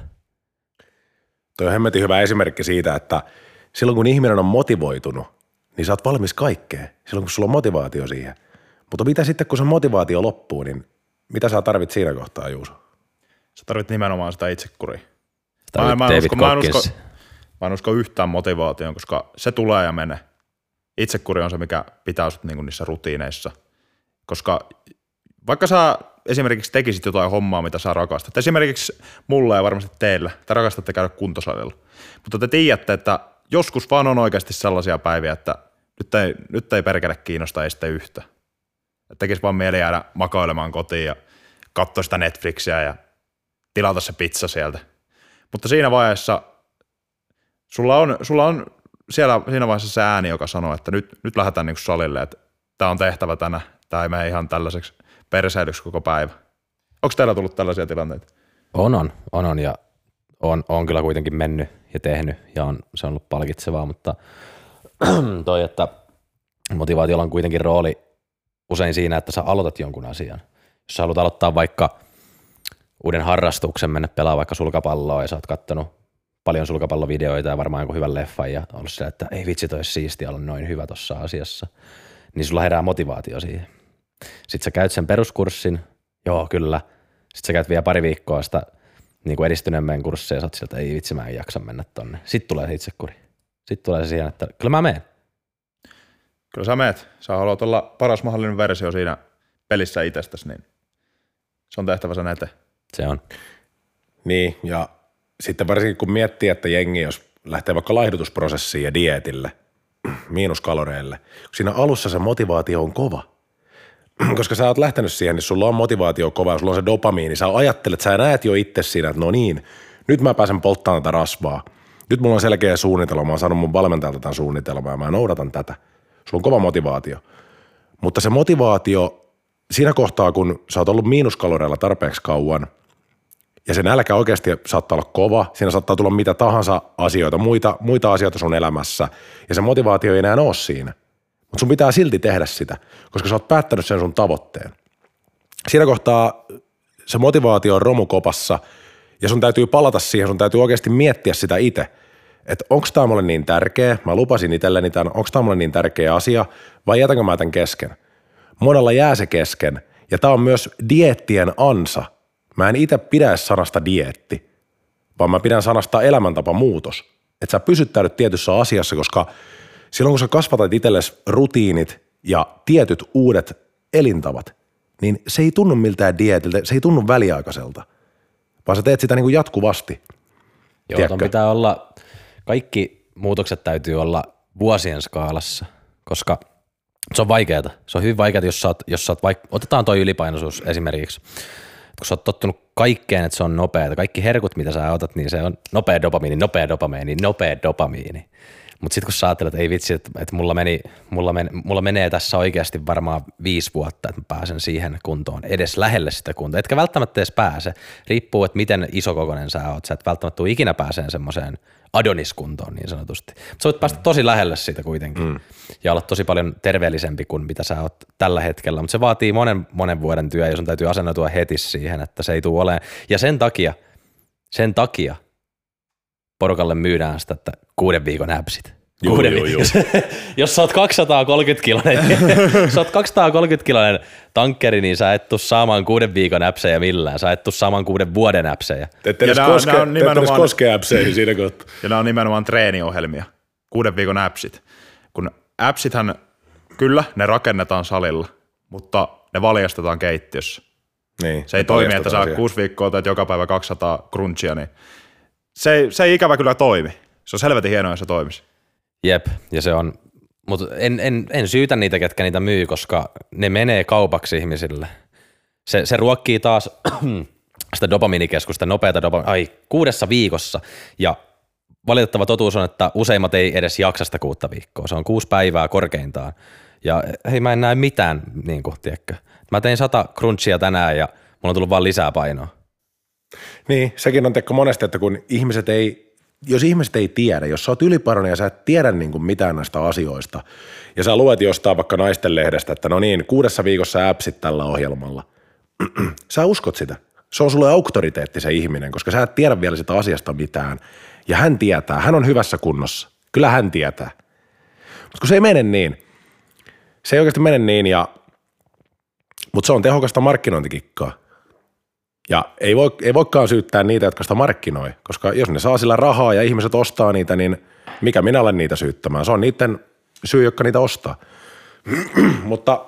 Toi on hemmetin hyvä esimerkki siitä, että silloin kun ihminen on motivoitunut, niin sä oot valmis kaikkeen, silloin kun sulla on motivaatio siihen. Mutta mitä sitten, kun se motivaatio loppuu, niin mitä sä tarvit siinä kohtaa, Juuso? Sä tarvit nimenomaan sitä itsekuria. Mä, mä, en usko, mä, en usko, mä en usko yhtään motivaatioon, koska se tulee ja menee. Itsekuri on se, mikä pitää sut niinku niissä rutiineissa. Koska vaikka sä esimerkiksi tekisit jotain hommaa, mitä sä rakastat, esimerkiksi mulla ja varmasti teillä, te rakastatte käydä kuntosalilla, mutta te tiedätte, että joskus vaan on oikeasti sellaisia päiviä, että nyt ei, nyt ei perkele kiinnosta ei sitten yhtä. Että tekisi vaan mieli jäädä makoilemaan kotiin ja katsoa sitä Netflixiä ja tilata se pizza sieltä. Mutta siinä vaiheessa sulla on, sulla on siellä, siinä vaiheessa se ääni, joka sanoo, että nyt, nyt lähdetään niin kuin salille, että tämä on tehtävä tänään, tämä ei mene ihan tällaiseksi perseilyksi koko päivä. Onko teillä tullut tällaisia tilanteita? On, on, on, on ja on, on kyllä kuitenkin mennyt ja tehnyt ja on, se on ollut palkitsevaa, mutta toi, että motivaatiolla on kuitenkin rooli usein siinä, että sä aloitat jonkun asian. Jos sä haluat aloittaa vaikka uuden harrastuksen, mennä pelaa vaikka sulkapalloa ja sä oot kattonut paljon sulkapallovideoita ja varmaan jonkun hyvän leffan ja ollut se, että ei vitsi, toi olisi siistiä olla noin hyvä tuossa asiassa, niin sulla herää motivaatio siihen. Sitten sä käyt sen peruskurssin, joo kyllä, sitten sä käyt vielä pari viikkoa sitä niin kuin edistyneemmän kurssia ja sä oot sieltä, ei vitsi, mä en jaksa mennä tonne. Sitten tulee se itsekuri. Sitten tulee se siihen, että kyllä mä menen. Kyllä sä meet. Sä haluat olla paras mahdollinen versio siinä pelissä itsestäsi, niin se on tehtävä sen eteen. Se on. Niin, ja sitten varsinkin kun miettii, että jengi, jos lähtee vaikka laihdutusprosessiin ja dieetille, miinuskaloreille, siinä alussa se motivaatio on kova. Koska sä oot lähtenyt siihen, niin sulla on motivaatio kova, sulla on se dopamiini, sä ajattelet, sä näet jo itse siinä, että no niin, nyt mä pääsen polttamaan tätä rasvaa. Nyt mulla on selkeä suunnitelma, mä oon saanut mun valmentajalta tämän suunnitelmaa ja mä noudatan tätä. Sulla on kova motivaatio. Mutta se motivaatio siinä kohtaa, kun sä oot ollut miinuskaloreilla tarpeeksi kauan ja se nälkä oikeasti saattaa olla kova, siinä saattaa tulla mitä tahansa asioita, muita, muita asioita sun elämässä ja se motivaatio ei enää ole siinä. Mutta sun pitää silti tehdä sitä, koska sä oot päättänyt sen sun tavoitteen. Siinä kohtaa se motivaatio on romukopassa ja sun täytyy palata siihen, sun täytyy oikeasti miettiä sitä itse, että onko tämä mulle niin tärkeä, mä lupasin itselleni tämän, onko tämä mulle niin tärkeä asia vai jätänkö mä tämän kesken. Monella jää se kesken ja tämä on myös dieettien ansa. Mä en itse pidä sanasta dieetti, vaan mä pidän sanasta elämäntapamuutos. Että sä pysyttäydyt tietyssä asiassa, koska silloin kun sä kasvatat itsellesi rutiinit ja tietyt uudet elintavat, niin se ei tunnu miltään dieetiltä, se ei tunnu väliaikaiselta, vaan sä teet sitä niin kuin jatkuvasti. Joo, ton pitää olla, kaikki muutokset täytyy olla vuosien skaalassa, koska se on vaikeaa. Se on hyvin vaikeaa, jos sä oot, jos sä oot vaikka, otetaan toi ylipainoisuus esimerkiksi. kun sä oot tottunut kaikkeen, että se on nopeaa, kaikki herkut, mitä sä otat, niin se on nopea dopamiini, nopea dopamiini, nopea dopamiini. Mutta sitten kun sä ajattelet, että ei vitsi, että, että mulla, meni, mulla, men, mulla menee tässä oikeasti varmaan viisi vuotta, että mä pääsen siihen kuntoon, edes lähelle sitä kuntoa. Etkä välttämättä edes pääse. Riippuu, että miten isokokoinen sä oot. Sä et välttämättä tule ikinä pääseen semmoiseen adoniskuntoon niin sanotusti. Mutta sä voit päästä tosi lähelle siitä kuitenkin mm. ja olla tosi paljon terveellisempi kuin mitä sä oot tällä hetkellä. Mutta se vaatii monen, monen vuoden työ ja sun täytyy asennoitua heti siihen, että se ei tule olemaan. Ja sen takia, sen takia porukalle myydään sitä, että kuuden viikon äpsit. Juu, Kuuden juu, viikon. Jos sä oot kaksisataakolmekymmentä kiloinen, jos sä oot kaksisataakolmekymmentä kiloinen tankkeri, niin sä et tuu saamaan kuuden viikon äpsejä millään. Sä et tuu saamaan kuuden vuoden äpsejä. Te ette edes koske, koske äpseihin siinä kohtaa. Ja nämä on nimenomaan treeniohjelmia, kuuden viikon äpsit. Kun äpsithän, kyllä ne rakennetaan salilla, mutta ne valjastetaan keittiössä. Niin, se ei toimi, että sä kuusi viikkoa teet joka päivä kaksisataa crunchia, niin se ei, se ei ikävä kyllä toimi. Se on helvetin hienoa, jos se toimisi. Jep, ja se on, mutta en, en, en syytä niitä, ketkä niitä myy, koska ne menee kaupaksi ihmisille. Se, se ruokkii taas sitä dopamiinikeskusta, nopeata dopamiinia, ai kuudessa viikossa, ja valitettava totuus on, että useimmat ei edes jaksa sitä kuutta viikkoa. Se on kuusi päivää korkeintaan, ja hei mä en näe mitään, niin kuin, tiedätkö. Mä tein sata crunchia tänään, ja mulla on tullut vaan lisää painoa. Niin, sekin on tekko monesti, että kun ihmiset ei, jos ihmiset ei tiedä, jos sä oot ylipainoinen ja sä et tiedä niin kuin mitään näistä asioista, ja sä luet jostain vaikka naisten lehdestä, että no niin, kuudessa viikossa äpsit tällä ohjelmalla, sä uskot sitä. Se on sulle auktoriteetti se ihminen, koska sä et tiedä vielä sitä asiasta mitään, ja hän tietää, hän on hyvässä kunnossa. Kyllä hän tietää. Mutta kun se ei mene niin, se ei oikeasti mene niin, ja, mutta se on tehokasta markkinointikikkaa. Ja ei, voi, ei voikaan syyttää niitä, jotka sitä markkinoi, koska jos ne saa sillä rahaa ja ihmiset ostaa niitä, niin mikä minä olen niitä syyttämään? Se on niiden syy, jotka niitä ostaa. Mutta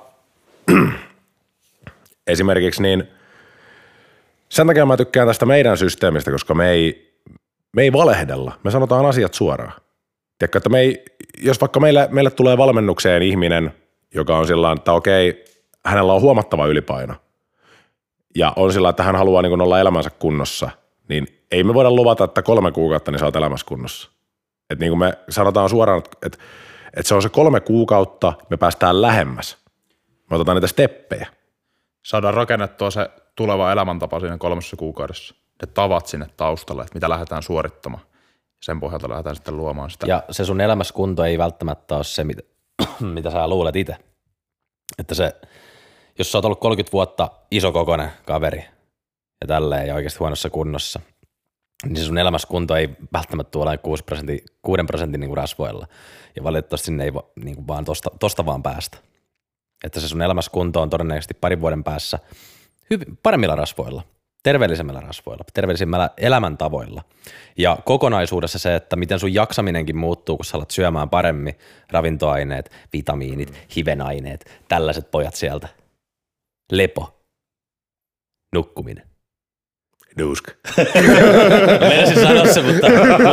esimerkiksi niin sen takia mä tykkään tästä meidän systeemistä, koska me ei, me ei valehdella. Me sanotaan asiat suoraan. Tiedätkö, että me ei, jos vaikka meille, meille tulee valmennukseen ihminen, joka on sillä että okei, hänellä on huomattava ylipaino, ja on sillä, että hän haluaa niin olla elämänsä kunnossa, niin ei me voida luvata, että kolme kuukautta niin sä oot elämässä kunnossa. Että niin kuin me sanotaan suoraan, että, että se on se kolme kuukautta, me päästään lähemmäs. Me otetaan niitä steppejä. Saadaan rakennettua se tuleva elämäntapa siinä kolmessa kuukaudessa. Ne tavat sinne taustalle, että mitä lähdetään suorittamaan. Sen pohjalta lähdetään sitten luomaan sitä. Ja se sun elämässä kunto ei välttämättä ole se, mitä, mitä sä luulet itse. Että se, jos sä oot ollut kolmekymmentä vuotta isokokoinen kaveri ja tälleen ja oikeasti huonossa kunnossa, niin se sun elämässä kunto ei välttämättä ole kuuden prosentin, kuuden prosentin niin kuin rasvoilla. Ja valitettavasti sinne ei niin kuin vaan tosta, tosta vaan päästä. Että se sun elämässä kunto on todennäköisesti parin vuoden päässä hyvin, paremmilla rasvoilla, terveellisemmillä rasvoilla, terveellisemmillä elämäntavoilla. Ja kokonaisuudessa se, että miten sun jaksaminenkin muuttuu, kun sä alat syömään paremmin, ravintoaineet, vitamiinit, hivenaineet, tällaiset pojat sieltä. Lepo, nukkuminen. Nuusk. Mä menisin sanoa se, mutta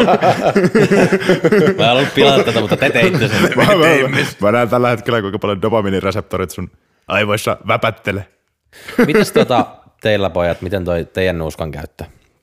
mä en ollut pilata tätä, mutta te teitte sen. Mä, mä, mä, mä näen tällä hetkellä, kuinka paljon dopaminireseptorit sun aivoissa väpättele. Mites tuota teillä pojat, miten toi teidän nuuskan käyttö?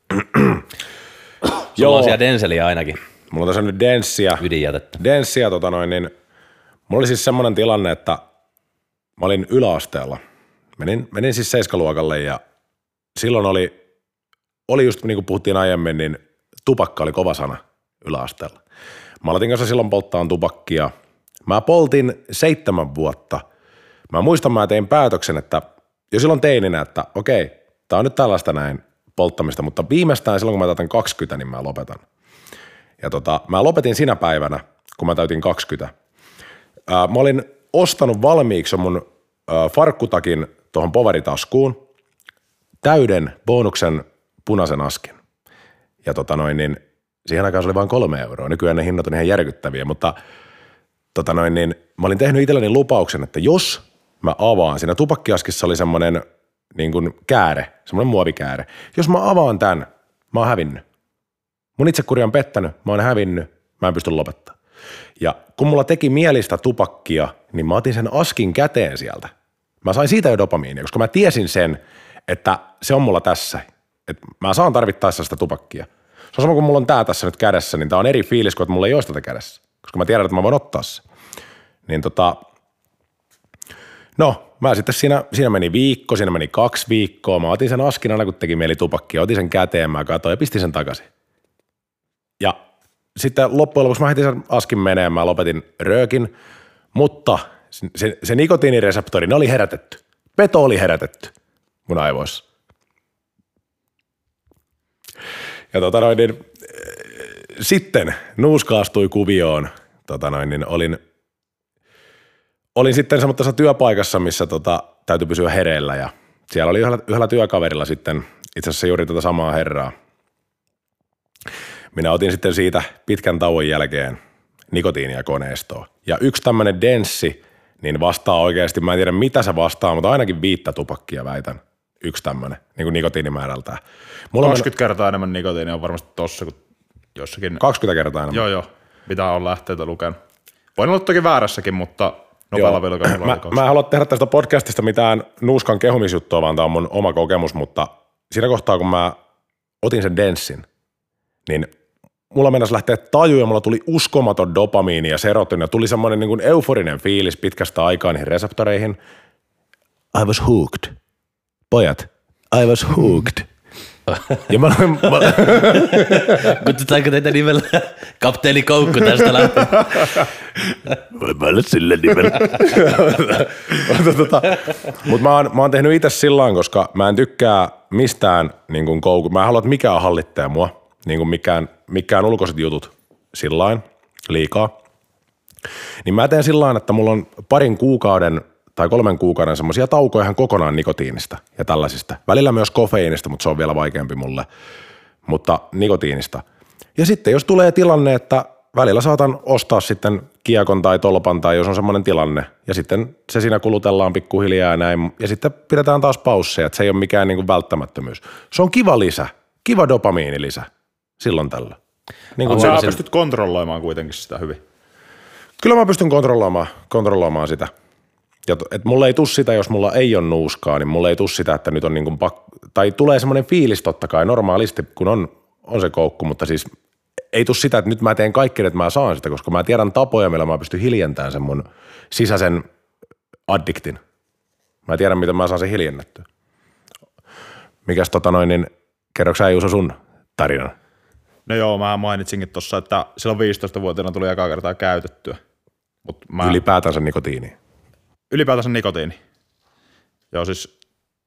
Sulla Joo. on siellä Denseliä ainakin. Mulla on tässä nyt denssiä. Ydinjätettä. Denssiä, tota noin, niin mulla oli siis semmoinen tilanne, että mä olin yläasteella. Menin, menin siis seiskaluokalle ja silloin oli, oli just niin kuin puhuttiin aiemmin, niin tupakka oli kova sana yläasteella. Mä aloitin kanssa silloin polttaa tupakkia. Mä poltin seitsemän vuotta. Mä muistan, mä tein päätöksen, että jo silloin teininä, että okei, tää on nyt tällaista näin polttamista, mutta viimeistään silloin, kun mä täytän kaksikymmentä, niin mä lopetan. Ja tota, mä lopetin sinä päivänä, kun mä täytin kaksikymmentä. Ää, mä olin ostanut valmiiksi mun ää, farkkutakin tuohon poveritaskuun, täyden bonuksen punaisen askin. Ja tota noin, niin siihen aikaan se oli vain kolme euroa. Nykyään ne hinnat on ihan järkyttäviä, mutta tota noin, niin mä olin tehnyt itselleni lupauksen, että jos mä avaan, siinä tupakkiaskissa oli semmoinen niin kuin kääre, semmoinen muovikääre. Jos mä avaan tän, mä oon hävinnyt. Mun itsekuri on pettänyt, mä oon hävinnyt, mä en pysty lopettamaan. Ja kun mulla teki mielistä tupakkia, niin mä otin sen askin käteen sieltä. Mä sain siitä jo dopamiinia, koska mä tiesin sen, että se on mulla tässä. Että mä saan tarvittaessa sitä tupakkia. Se on sama kuin mulla on tää tässä nyt kädessä, niin tää on eri fiilis kuin, että mulla ei ole sitä kädessä. Koska mä tiedän, että mä voin ottaa se. Niin tota, no mä sitten siinä, siinä meni viikko, siinä meni kaksi viikkoa. Mä otin sen askin aina, kun teki mieli tupakkia. Otin sen käteen, mä katsoin ja pistin sen takaisin. Ja sitten loppujen lopuksi mä heitin sen askin meneen, mä lopetin röökin, mutta se, se nikotiinireseptori, ne oli herätetty. Peto oli herätetty mun aivoissa. Ja tota noin, niin, sitten nuuska astui kuvioon. Tota noin, niin olin, olin sitten semmoisessa työpaikassa, missä tota, täytyi pysyä hereillä ja siellä oli yhdellä, yhdellä työkaverilla sitten itse asiassa juuri tätä samaa herraa. Minä otin sitten siitä pitkän tauon jälkeen nikotiinia koneistoon. Ja yksi tämmöinen denssi, niin vastaa oikeasti, mä en tiedä mitä se vastaa, mutta ainakin viittä tupakkia väitän. Yksi tämmöinen, niin kuin nikotiinimäärältään. Mulla kaksikymmentä men... kertaa enemmän nikotiinia on varmasti tossa kuin jossakin. kaksikymmentä kertaa enemmän? Joo, joo. Mitä on lähteitä lukenut. Voin olla toki väärässäkin, mutta nopealla vilkaisulla. Mä, mä en halua tehdä tästä podcastista mitään nuuskan kehumisjuttua, vaan tämä on mun oma kokemus, mutta siinä kohtaa, kun mä otin sen denssin, niin mulla mennäisi lähteä taju ja mulla tuli uskomaton dopamiini ja serotin ja tuli semmoinen niin kuin euforinen fiilis pitkästä aikaa niihin reseptoreihin. I was hooked. Pojat, I was hooked. Ja mä, mä... Kutsutaanko teitä nimellä Kapteeni Koukku tästä lähtien? Mä olen sillä nimellä. tota, Mutta mä, mä oon tehnyt itse sillä koska mä en tykkää mistään niin kuin koukku. Mä en halua, että mikään hallitsee mua, niin kuin mikään, mikään ulkoiset jutut sillain liikaa. Niin mä teen sillain, että mulla on parin kuukauden tai kolmen kuukauden semmoisia taukoja ihan kokonaan nikotiinista ja tällaisista. Välillä myös kofeiinista, mutta se on vielä vaikeampi mulle, mutta nikotiinista. Ja sitten jos tulee tilanne, että välillä saatan ostaa sitten kiekon tai tolpan tai jos on semmoinen tilanne ja sitten se siinä kulutellaan pikkuhiljaa ja näin ja sitten pidetään taas pausseja, että se ei ole mikään niin kuin välttämättömyys. Se on kiva lisä, kiva dopamiinilisä silloin tällä. Niin kuin sä pystyt kontrolloimaan kuitenkin sitä hyvin. Kyllä mä pystyn kontrolloimaan, kontrolloimaan sitä. Ja et mulla ei tuu sitä, jos mulla ei ole nuuskaa, niin mulla ei tuu sitä, että nyt on niin kuin pak- tai tulee semmoinen fiilis totta kai normaalisti, kun on, on se koukku, mutta siis ei tuu sitä, että nyt mä teen kaikkea, että mä saan sitä, koska mä tiedän tapoja, millä mä pystyn hiljentämään sen mun sisäisen addiktin. Mä tiedän, miten mä saan sen hiljennettyä. Mikäs tota noin, niin kerroks sä Juuso sun tarinan? No joo, mä mainitsinkin tossa, että silloin viisitoistavuotiaana tuli ekaa kertaa käytettyä. Mut mä... Ylipäätänsä nikotiini. Ylipäätänsä nikotiini. Joo siis,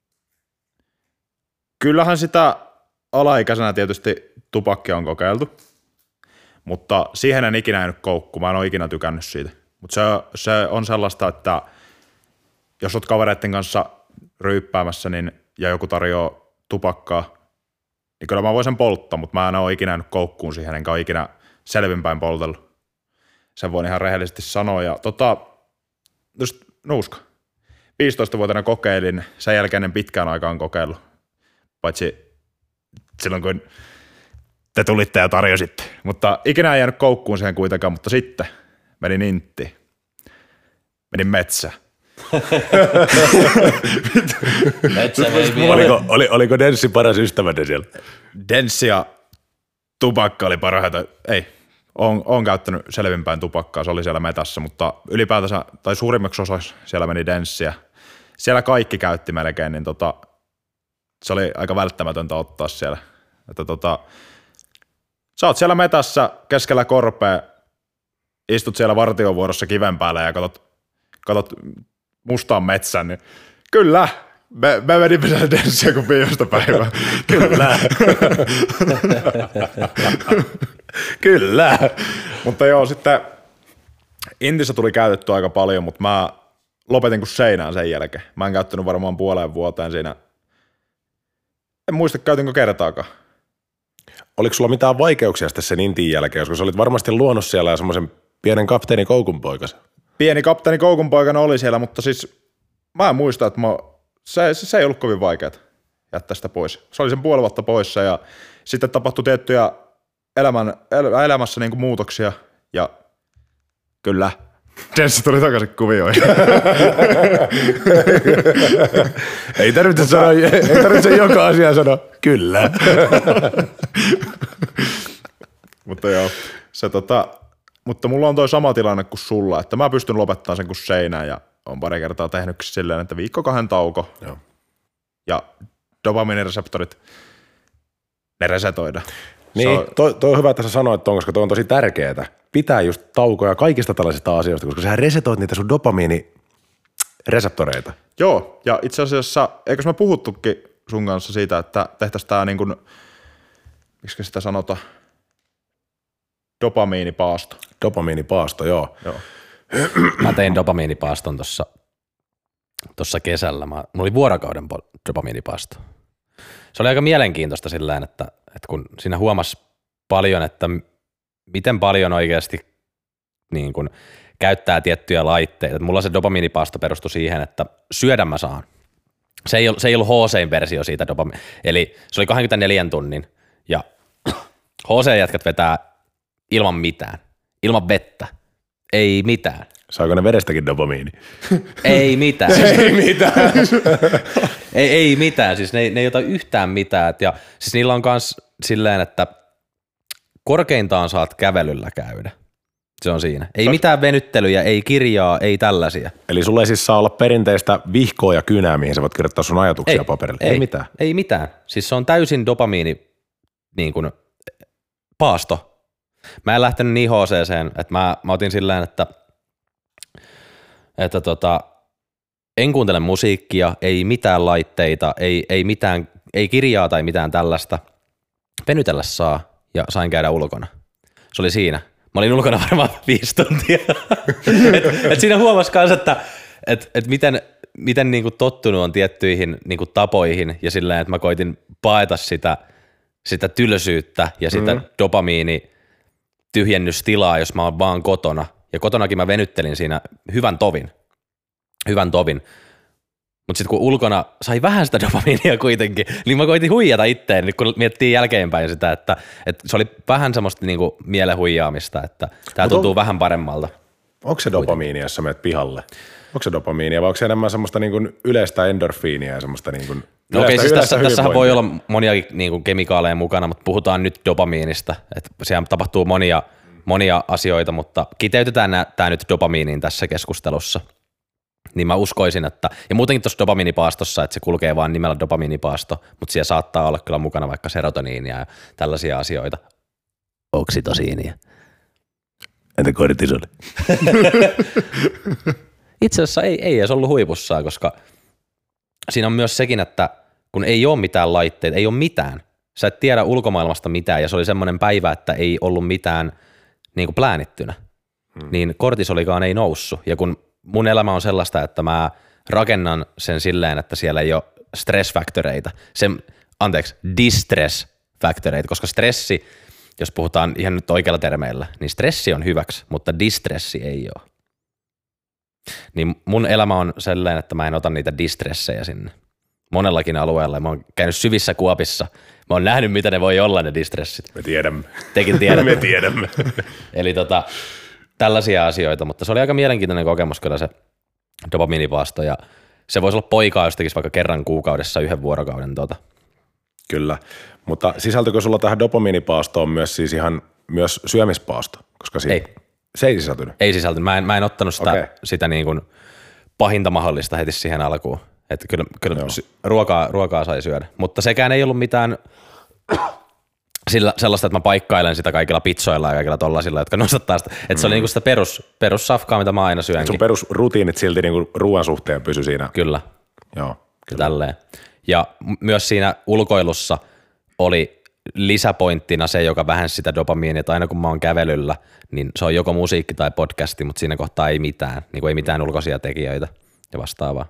kyllähän sitä alaikäisenä tietysti tupakkia on kokeiltu, mutta siihen en ikinä jäänyt koukkuun, mä en ole ikinä tykännyt siitä. Mutta se, se on sellaista, että jos oot kavereiden kanssa ryyppäämässä niin, ja joku tarjoaa tupakkaa, niin kyllä mä voin sen polttaa, mutta mä en ole ikinä jäänyt koukkuun siihen, enkä ole ikinä selvinpäin poltellut. Sen voin ihan rehellisesti sanoa. Ja tota, just nuuska. viisitoistavuotiaana kokeilin, sen jälkeen en pitkään aikaan kokeillut. Paitsi silloin, kun te tulitte ja tarjositte. Mutta ikinä ei jäänyt koukkuun siihen kuitenkaan, mutta sitten menin inttiin. Menin metsään. Metsä oliko, oli, oliko Denssi paras ystävänne siellä? Denssi ja tupakka oli parhaita. Ei, oon, oon käyttänyt selvinpäin tupakkaa, se oli siellä metässä, mutta ylipäätänsä, tai suurimmaksi osaksi siellä meni Denssiä. Siellä kaikki käytti melkein, niin tota, se oli aika välttämätöntä ottaa siellä. Että tota, sä oot siellä metässä keskellä korpea, istut siellä vartiovuorossa kiven päällä ja katot, katot mustaan metsän, niin kyllä, me, me menimme siellä Denssiä kuin viimeistä päivää. Kyllä. Kyllä. Mutta joo, sitten Intissä tuli käytetty aika paljon, mutta mä lopetin kuin seinään sen jälkeen. Mä en käyttänyt varmaan puoleen vuoteen siinä. En muista, käytinkö kertaakaan. Oliko sulla mitään vaikeuksia sitten sen Intin jälkeen, koska sä olit varmasti luonut siellä semmoisen pienen kapteeni Koukunpoikasen? Pieni kapteeni Koukunpoikana oli siellä, mutta siis mä en muista, että mä, se, se, se ei ollut kovin vaikeaa jättää sitä pois. Se oli sen puoli vuotta poissa ja sitten tapahtui tiettyjä elämän, el, elämässä niinku muutoksia ja kyllä. Denssi tuli takaisin kuvioihin. ei tarvitse sanoa, ei tarvitse joka asia sanoa, kyllä. Mutta joo, se tota, mutta mulla on toi sama tilanne kuin sulla, että mä pystyn lopettamaan sen kuin seinään ja on pari kertaa tehnyt silleen, että viikko kahden tauko. Joo. Ja dopamiinireseptorit, ne resetoida. Niin, on, toi, toi on hyvä, että sä sanoit ton, koska toi on tosi tärkeää. Pitää just taukoja kaikista tällaisista asioista, koska sä resetoit niitä sun dopamiinireseptoreita. Joo, ja itse asiassa, eikös me puhuttukin sun kanssa siitä, että tehtäisiin tää niin kuin, miksi sitä sanotaan, dopamiinipaasto. Dopamiinipaasto, joo. Joo. Mä tein dopamiinipaaston tossa, tossa kesällä. Mä, mulla oli vuorokauden dopamiinipaasto. Se oli aika mielenkiintoista sillä että, että kun siinä huomasi paljon, että miten paljon oikeasti niin kun käyttää tiettyjä laitteita. Mulla se dopamiinipaasto perustui siihen, että syödä mä saan. Se ei ollut, se ei ollut H C-versio siitä dopamiini. Eli se oli kaksikymmentäneljä tunnin ja H C-jätkät vetää ilman mitään, ilman vettä, ei mitään. Saako ne vedestäkin dopamiini? Ei mitään. ei mitään. ei, ei mitään, siis ne, ne ei ota yhtään mitään. Ja siis niillä on myös silleen, että korkeintaan saat kävelyllä käydä. Se on siinä. Ei mitään venyttelyjä, ei kirjaa, ei tällaisia. Eli sulla ei siis saa olla perinteistä vihkoa ja kynää, mihin sä voit kirjoittaa sun ajatuksia ei, paperille. Ei, ei mitään. Ei mitään. Siis se on täysin dopamiini niin kuin, paasto. Mä en lähtenyt niin H C:seen, että mä, mä otin silleen, että, että tota, en kuuntele musiikkia, ei mitään laitteita, ei, ei, mitään, ei kirjaa tai mitään tällaista. Venytellä saa ja sain käydä ulkona. Se oli siinä. Mä olin ulkona varmaan viisi tuntia. et, et siinä huomasi myös, että et, et miten, miten niinku tottunut on tiettyihin niinku tapoihin ja silleen, että mä koitin paeta sitä, sitä tylsyyttä ja sitä mm. dopamiini tyhjennystilaa, jos mä oon vaan kotona. Ja kotonakin mä venyttelin siinä hyvän tovin. Hyvän tovin. Mutta sitten kun ulkona sai vähän sitä dopamiinia kuitenkin, niin mä koitin huijata itteen, kun miettii jälkeenpäin sitä, että, että se oli vähän semmoista niinku mielen huijaamista, että tää Mut tuntuu on, vähän paremmalta. Onko se dopamiinia, jos sä menet pihalle? Onko se dopamiinia vai onko se enemmän semmoista niinku yleistä endorfiinia ja semmoista niinku no okei, siis tässä, tässähän voi olla moniakin niinku kemikaaleja mukana, mutta puhutaan nyt dopamiinista, että siellä tapahtuu monia, monia asioita, mutta kiteytetään tämä nyt dopamiiniin tässä keskustelussa. Niin mä uskoisin, että, ja muutenkin tuossa dopamiinipaastossa, että se kulkee vaan nimellä dopamiinipaasto, mutta siellä saattaa olla kyllä mukana vaikka serotoniinia ja tällaisia asioita. Oksitosiinia. Entä kortisoni? Itse asiassa ei, ei edes ollut huipussaan, koska siinä on myös sekin, että kun ei ole mitään laitteita, ei ole mitään, sä et tiedä ulkomaailmasta mitään, ja se oli semmoinen päivä, että ei ollut mitään niin kuin pläänittynä, hmm. niin kortisolikaan ei noussut, ja kun mun elämä on sellaista, että mä rakennan sen silleen, että siellä ei ole stress-faktoreita, sen, anteeksi, distress-faktoreita, koska stressi, jos puhutaan ihan nyt oikealla termeillä, niin stressi on hyväksi, mutta distressi ei ole. Niin mun elämä on sellainen, että mä en ota niitä distressejä sinne. Monellakin alueella. Mä oon käynyt syvissä kuopissa. Mä oon nähnyt, mitä ne voi olla ne distressit. Me tiedämme. Tekin tiedämme. Me tiedämme. Eli tota, tällaisia asioita, mutta se oli aika mielenkiintoinen kokemus kyllä se dopamiinipaasto ja se voisi olla poikaa, jos tekisi vaikka kerran kuukaudessa yhden vuorokauden tuota. Kyllä, mutta sisältyykö sulla tähän dopamiinipaastoon myös siis ihan myös syömispaasto? Koska siitä, ei. Se ei sisältynyt? Ei sisältynyt. Mä en, mä en ottanut sitä, okay. sitä niin kuin pahinta mahdollista heti siihen alkuun. Että kyllä, kyllä ruokaa, ruokaa sai syödä, mutta sekään ei ollut mitään sillä, sellaista, että mä paikkailen sitä kaikilla pizzoilla ja kaikilla tollasilla, jotka nostattaa sitä. Että mm. se oli niinku sitä perus, perussafkaa, mitä mä aina syönkin. Et sun perusrutiinit silti niinku ruoan suhteen pysy siinä. Kyllä. Joo. Kyllä. Tälleen. Ja myös siinä ulkoilussa oli lisäpointtina se, joka vähensi sitä dopamiinia, että aina kun mä oon kävelyllä, niin se on joko musiikki tai podcasti, mutta siinä kohtaa ei mitään, niin kuin ei mitään ulkoisia tekijöitä ja vastaavaa.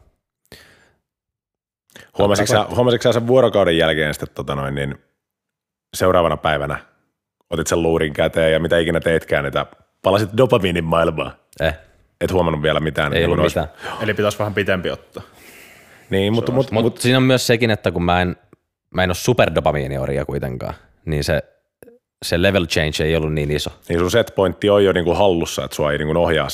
Huomasitko sä, huomasitko sä sen vuorokauden jälkeen sitten tota noin, niin seuraavana päivänä otit sen luurin käteen ja mitä ikinä teitkään, että palasit dopamiinin maailmaan? Eh. Et huomannut vielä mitään. Ei niin ollut mitään. Olisi... Eli pitäisi vähän pitempi ottaa. Niin, mutta mut, mut, mut, siinä on myös sekin, että kun mä en, mä en ole superdopamiinioria kuitenkaan, niin se, se level change ei ollut niin iso. Niin sun set pointti on jo niinku hallussa, että sua ei niinku ohjaa se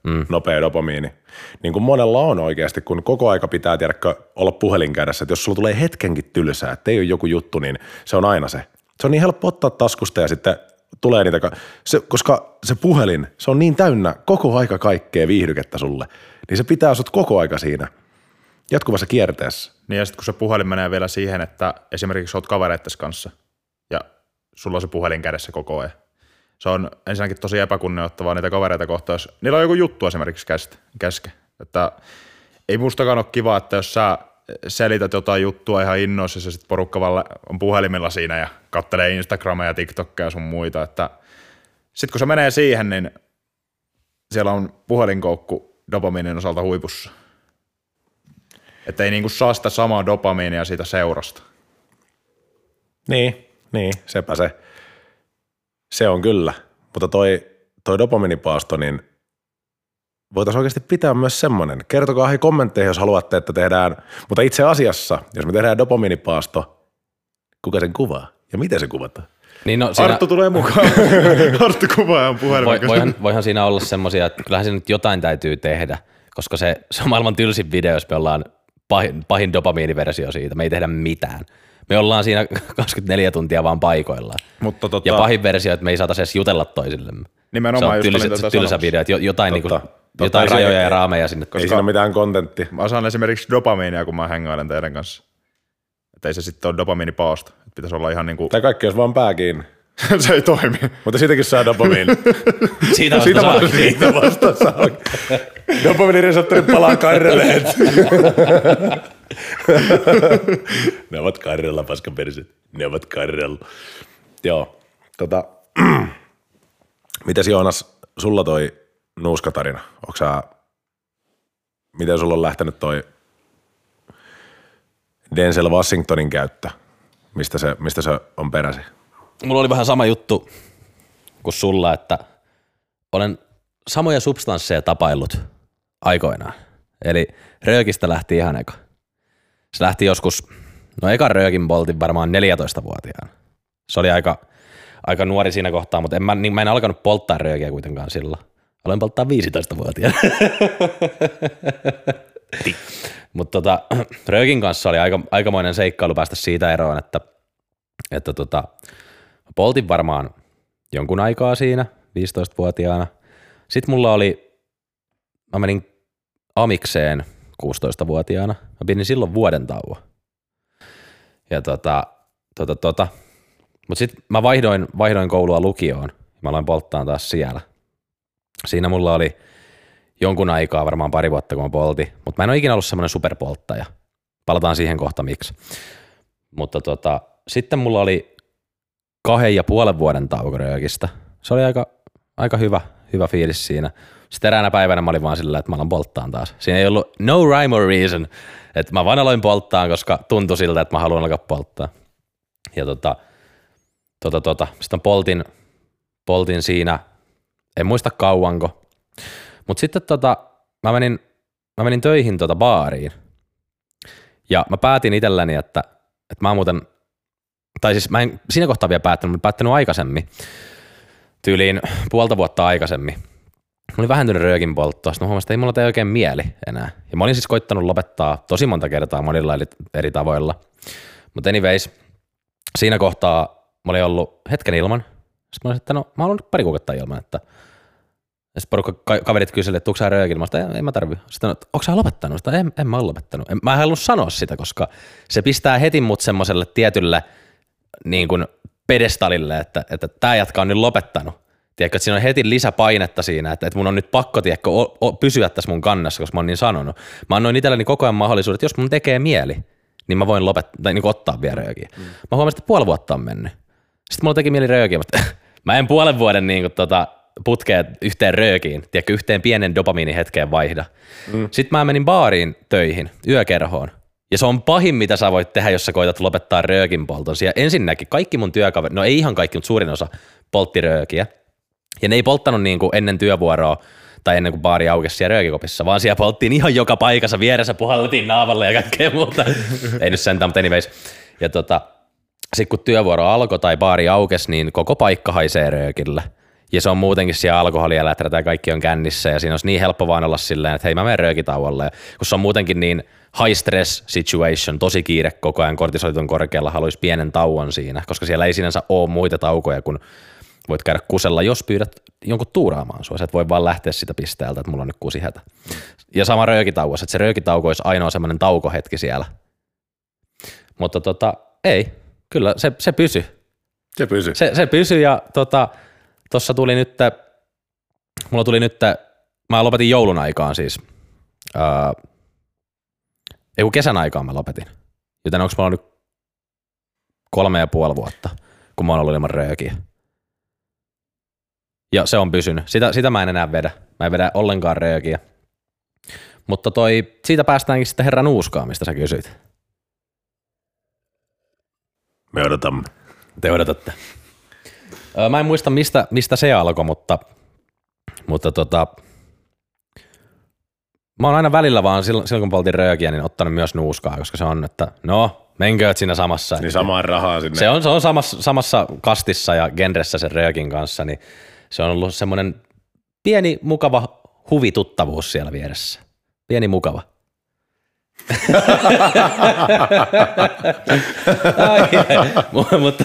mm. nopea dopamiini. Niin kuin monella on oikeasti, kun koko aika pitää tiedäkö, olla puhelin kädessä, että jos sulla tulee hetkenkin tylsää, että ei ole joku juttu, niin se on aina se. Se on niin helppo ottaa taskusta ja sitten tulee niitä, se, koska se puhelin, se on niin täynnä koko aika kaikkea viihdykettä sulle, niin se pitää sut koko aika siinä jatkuvassa kierteessä. Niin ja sitten kun se puhelin menee vielä siihen, että esimerkiksi oot kavereittes kanssa ja sulla on se puhelin kädessä koko ajan. Se on ensinnäkin tosi epäkunnioittavaa niitä kavereita kohtaan, jos niillä on joku juttu esimerkiksi käske. Että ei mustakaan ole kiva, että jos sä selität jotain juttua ihan innoissa ja sitten porukka vaan on puhelimilla siinä ja kattelee Instagramia ja TikTokia ja sun muita. Että sitten kun se menee siihen, niin siellä on puhelinkoukku dopamiinin osalta huipussa. Että ei niinku saa sitä samaa dopamiinia siitä seurasta. Niin, niin, sepä se. Se on kyllä, mutta toi, toi dopamiinipaasto, niin voitaisiin oikeasti pitää myös semmoinen. Kertokaa hei kommentteihin, jos haluatte, että tehdään, mutta itse asiassa, jos me tehdään dopamiinipaasto, kuka sen kuvaa ja miten se kuvataan? Niin no, siinä... Arttu tulee mukaan. Arttu kuvaa on puhelimen. Voi, voihan, voihan siinä olla semmoisia, että kyllähän se nyt jotain täytyy tehdä, koska se, se on maailman tylsin video, jos me ollaan pahin, pahin dopamiiniversio siitä. Me ei tehdä mitään. Me ollaan siinä kaksikymmentäneljä tuntia vaan paikoillaan. Mutta tota... Ja pahin versio, että me ei saataisi edes jutella toisillemme. Nimenomaan se on tylsä, tylsä video, että jotain, niinku, jotain rajoja ja raameja sinne. Koska ei siinä ole mitään kontenttia. Mä saan esimerkiksi dopamiinia, kun mä hengailen teidän kanssa. Että ei se sitten ole dopamiinipaasto. Että pitäisi olla ihan niinku... Tai kaikki olisi vaan pää kiinni. Se ei toimi. Mutta siitäkin saa dopamiini. Siitä vasta saa. Siitä vasta saa. Dopamiinireseptori palaa karreleen. Ne ovat karrella, paskaperiset. Ne ovat karrella. Joo. Tota, mites Joonas, sulla toi nuuskatarina? Onko sä, miten sulla on lähtenyt toi Denzel Washingtonin käyttö? Mistä se, mistä se on peräisin? Mulla oli vähän sama juttu kuin sulla, että olen samoja substansseja tapaillut aikoinaan. Eli röökistä lähti ihan eka. Se lähti joskus, no ekan röökin poltin varmaan neljätoistavuotiaana. Se oli aika, aika nuori siinä kohtaa, mutta en mä, niin mä en alkanut polttaa röökiä kuitenkaan silloin. Aloin polttaa viisitoistavuotiaana. Mutta tota, röökin kanssa oli aika, aikamoinen seikkailu päästä siitä eroon, että, että tota, poltin varmaan jonkun aikaa siinä, viisitoistavuotiaana. Sitten mulla oli, mä menin amikseen kuusitoistavuotiaana. Mä pidin silloin vuoden tauon. Ja tota, tota, tota. Mut sit mä vaihdoin, vaihdoin koulua lukioon. Mä aloin polttaa taas siellä. Siinä mulla oli jonkun aikaa, varmaan pari vuotta kun mä poltin. Mutta mä en ole ikinä ollut semmoinen superpolttaja. Palataan siihen kohta miksi. Mutta tota, sitten mulla oli kahden ja puolen vuoden tauko röökistä. Se oli aika, aika hyvä, hyvä fiilis siinä. Sitten eräänä päivänä mä olin vaan sillä, että mä aloin polttaan taas. Siinä ei ollut no rhyme or reason, että mä vaan aloin polttaan, koska tuntui siltä, että mä haluan alkaa polttaa. Ja tota, tota, tota. Sitten poltin, poltin siinä, en muista kauanko, mutta sitten tota, mä, menin, mä menin töihin tota baariin. Ja mä päätin itselläni, että, että mä muuten, tai siis mä en siinä kohtaa vielä päättänyt, mä päättänyt aikaisemmin, tyyliin puolta vuotta aikaisemmin. Mä olin vähentynyt röökin polttoa, sitten mä huomasin, että ei mulla tee oikein mieli enää. Ja mä olin siis koittanut lopettaa tosi monta kertaa monilla eri tavoilla. Mutta anyways, siinä kohtaa mä olin ollut hetken ilman. Sitten mä olin, että no mä oon ollut pari kuukautta ilman. Että... Ja sitten porukka kaverit kyseli, että onko sä röökin? Mä sanoin, että ei mä tarvi. Sitten että onko sä lopettanut? Sitten en, en mä ole lopettanut. En, mä en halunnut sanoa sitä, koska se pistää heti mut semmoiselle tietylle niin kuin pedestalille, että, että tää jatka on nyt lopettanut. Tiedätkö, että siinä on heti lisäpainetta siinä, että, että mun on nyt pakko tiedätkö, o, o, pysyä tässä mun kannassa, koska mä oon niin sanonut. Mä annoin itselleni koko ajan mahdollisuuden, että jos mun tekee mieli, niin mä voin lopettaa, tai niin ottaa vielä röökiä. Mm. Mä huomasin, että puoli vuotta on mennyt. Sitten mulla teki mieli röökiä, mutta mä en puolen vuoden niin kuin, tota, putkea yhteen röökiin, tiedätkö, yhteen pienen dopamiinihetkeen vaihda. Mm. Sitten mä menin baariin töihin, yökerhoon. Ja se on pahin, mitä sä voit tehdä, jos sä koetat lopettaa röökin polton. Ja ensinnäkin kaikki mun työkaverit, no ei ihan kaikki, mutta suurin osa poltti röökiä. Ja ne ei polttanut niin kuin ennen työvuoroa tai ennen kuin baari aukesi siellä röökikopissa, vaan siellä polttiin ihan joka paikassa, vieressä puhallettiin naavalle ja kaikkea muuta. Ei nyt sentään, mutta anyways. Ja tota, sitten kun työvuoro alkoi tai baari aukesi, niin koko paikka haisee röökillä. ja se on muutenkin siellä alkoholia läträtä ja kaikki on kännissä ja siinä olisi niin helppo vaan olla silleen, että hei mä menen röökitauolle. Ja kun se on muutenkin niin high stress situation, tosi kiire koko ajan, kortisolit on korkealla, haluaisi pienen tauon siinä, koska siellä ei sinänsä ole muita taukoja, kun voit käydä kusella, jos pyydät jonkun tuuraamaan sua. Sä et voi vaan lähteä sitä pisteeltä, että mulla on nyt kusihätä. Ja sama röökitauossa, että se röökitauko olisi ainoa semmoinen taukohetki siellä. Mutta tota, ei, kyllä se, se pysy. Se pysy. Se, se pysy ja tota, tossa tuli nyt, mulla tuli nyt, mä lopetin joulun aikaan siis. Ää, ei kun kesän aikaan mä lopetin. Joten onko mulla nyt kolme ja puoli vuotta, kun mä oon ollut ilman röökiä. Ja se on pysynyt. Sitä, sitä mä en enää vedä. Mä en vedä ollenkaan röökiä. Mutta toi, siitä päästäänkin sitten herran nuuskaa, mistä sä kysyit. Me odotamme. Te odotatte. Öö, mä en muista, mistä, mistä se alkoi, mutta, mutta tota, mä oon aina välillä vaan silloin, silloin kun poltin röökiä, niin ottanut myös nuuskaa, koska se on, että no, menkööt siinä samassa. Niin samaan rahaa sinne. Se on, se on samassa, samassa kastissa ja genressä sen röökin kanssa, niin se on ollut semmoinen pieni mukava huvituttavuus siellä vieressä. Pieni mukava. Ai, mutta,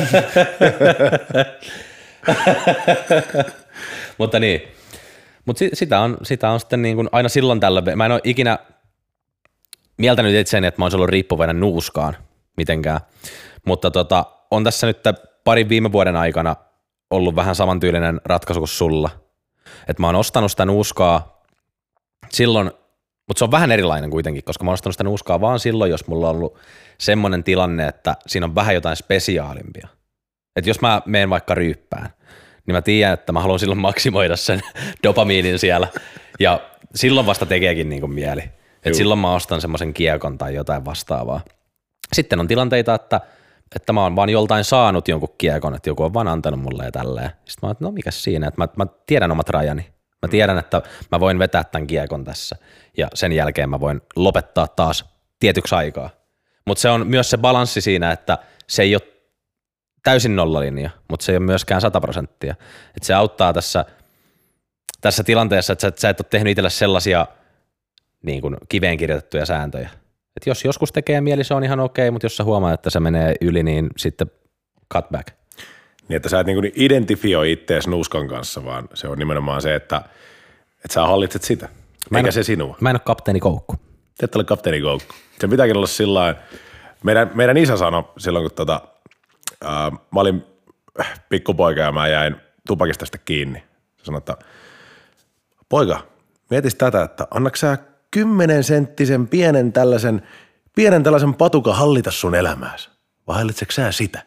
mutta niin, mutta sitä on, sitä on sitten niin kuin aina silloin tällä, mä en ole ikinä mieltänyt itseäni, että mä oon ollut riippuvainen nuuskaan mitenkään, mutta tota, on tässä nyt parin viime vuoden aikana ollut vähän samantyylinen ratkaisu kuin sulla, että mä oon ostanut sitä nuuskaa silloin, mutta se on vähän erilainen kuitenkin, koska mä oon ostanut sitä nuuskaa vaan silloin, jos mulla on ollut semmoinen tilanne, että siinä on vähän jotain spesiaalimpia. Että jos mä menen vaikka ryyppään, niin mä tiedän, että mä haluan silloin maksimoida sen dopamiinin siellä. Ja silloin vasta tekeekin niin kuin mieli. Että silloin mä ostan semmoisen kiekon tai jotain vastaavaa. Sitten on tilanteita, että, että mä oon vaan joltain saanut jonkun kiekon, että joku on vaan antanut mulle ja tälleen. Sitten mä oon, että no mikäs siinä, että mä, mä tiedän omat rajani. Mä tiedän, että mä voin vetää tämän kiekon tässä ja sen jälkeen mä voin lopettaa taas tietyksi aikaa. Mutta se on myös se balanssi siinä, että se ei ole täysin nollalinja, mutta se ei ole myöskään sata prosenttia. Että se auttaa tässä, tässä tilanteessa, että sä, sä et ole tehnyt itselle sellaisia niin kuin kiveen kirjoitettuja sääntöjä. Että jos joskus tekee mieli, se on ihan okei, mutta jos sä huomaat, että se menee yli, niin sitten cut back. Niin, että sä et niinku identifioi ittees nuuskan kanssa, vaan se on nimenomaan se, että, että sä hallitset sitä, mä eikä en, se sinua. Mä en ole kapteeni Koukku. Te et ole kapteeni Koukku. Se pitääkin olla sillain. Meidän, meidän isä sanoi silloin, kun tota, ää, mä olin pikkupoika ja mä jäin tupakista sitten kiinni. Se sanoi, että poika, mietis tätä, että annaks sä kymmenen senttisen pienen tällaisen, pienen tällaisen patukan hallita sun elämääsi, vai hallitseksä sä sitä?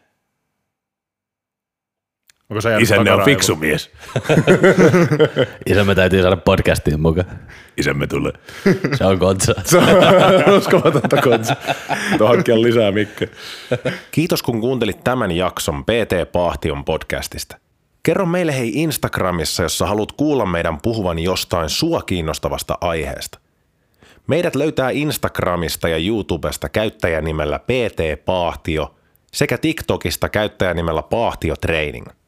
Isänne on fiksu mies. Isämme täytyy saada podcastiin mukaan. Isämme tulee. Se on konsa. Se on uskomatonta konsa. Tuohonkin on lisää Mikke. Kiitos kun kuuntelit tämän jakson P T Paahtion podcastista. Kerro meille hei Instagramissa, jos sä haluat kuulla meidän puhuvan jostain sua kiinnostavasta aiheesta. Meidät löytää Instagramista ja YouTubesta käyttäjänimellä P T Paahtio sekä TikTokista käyttäjänimellä Paahtio Training.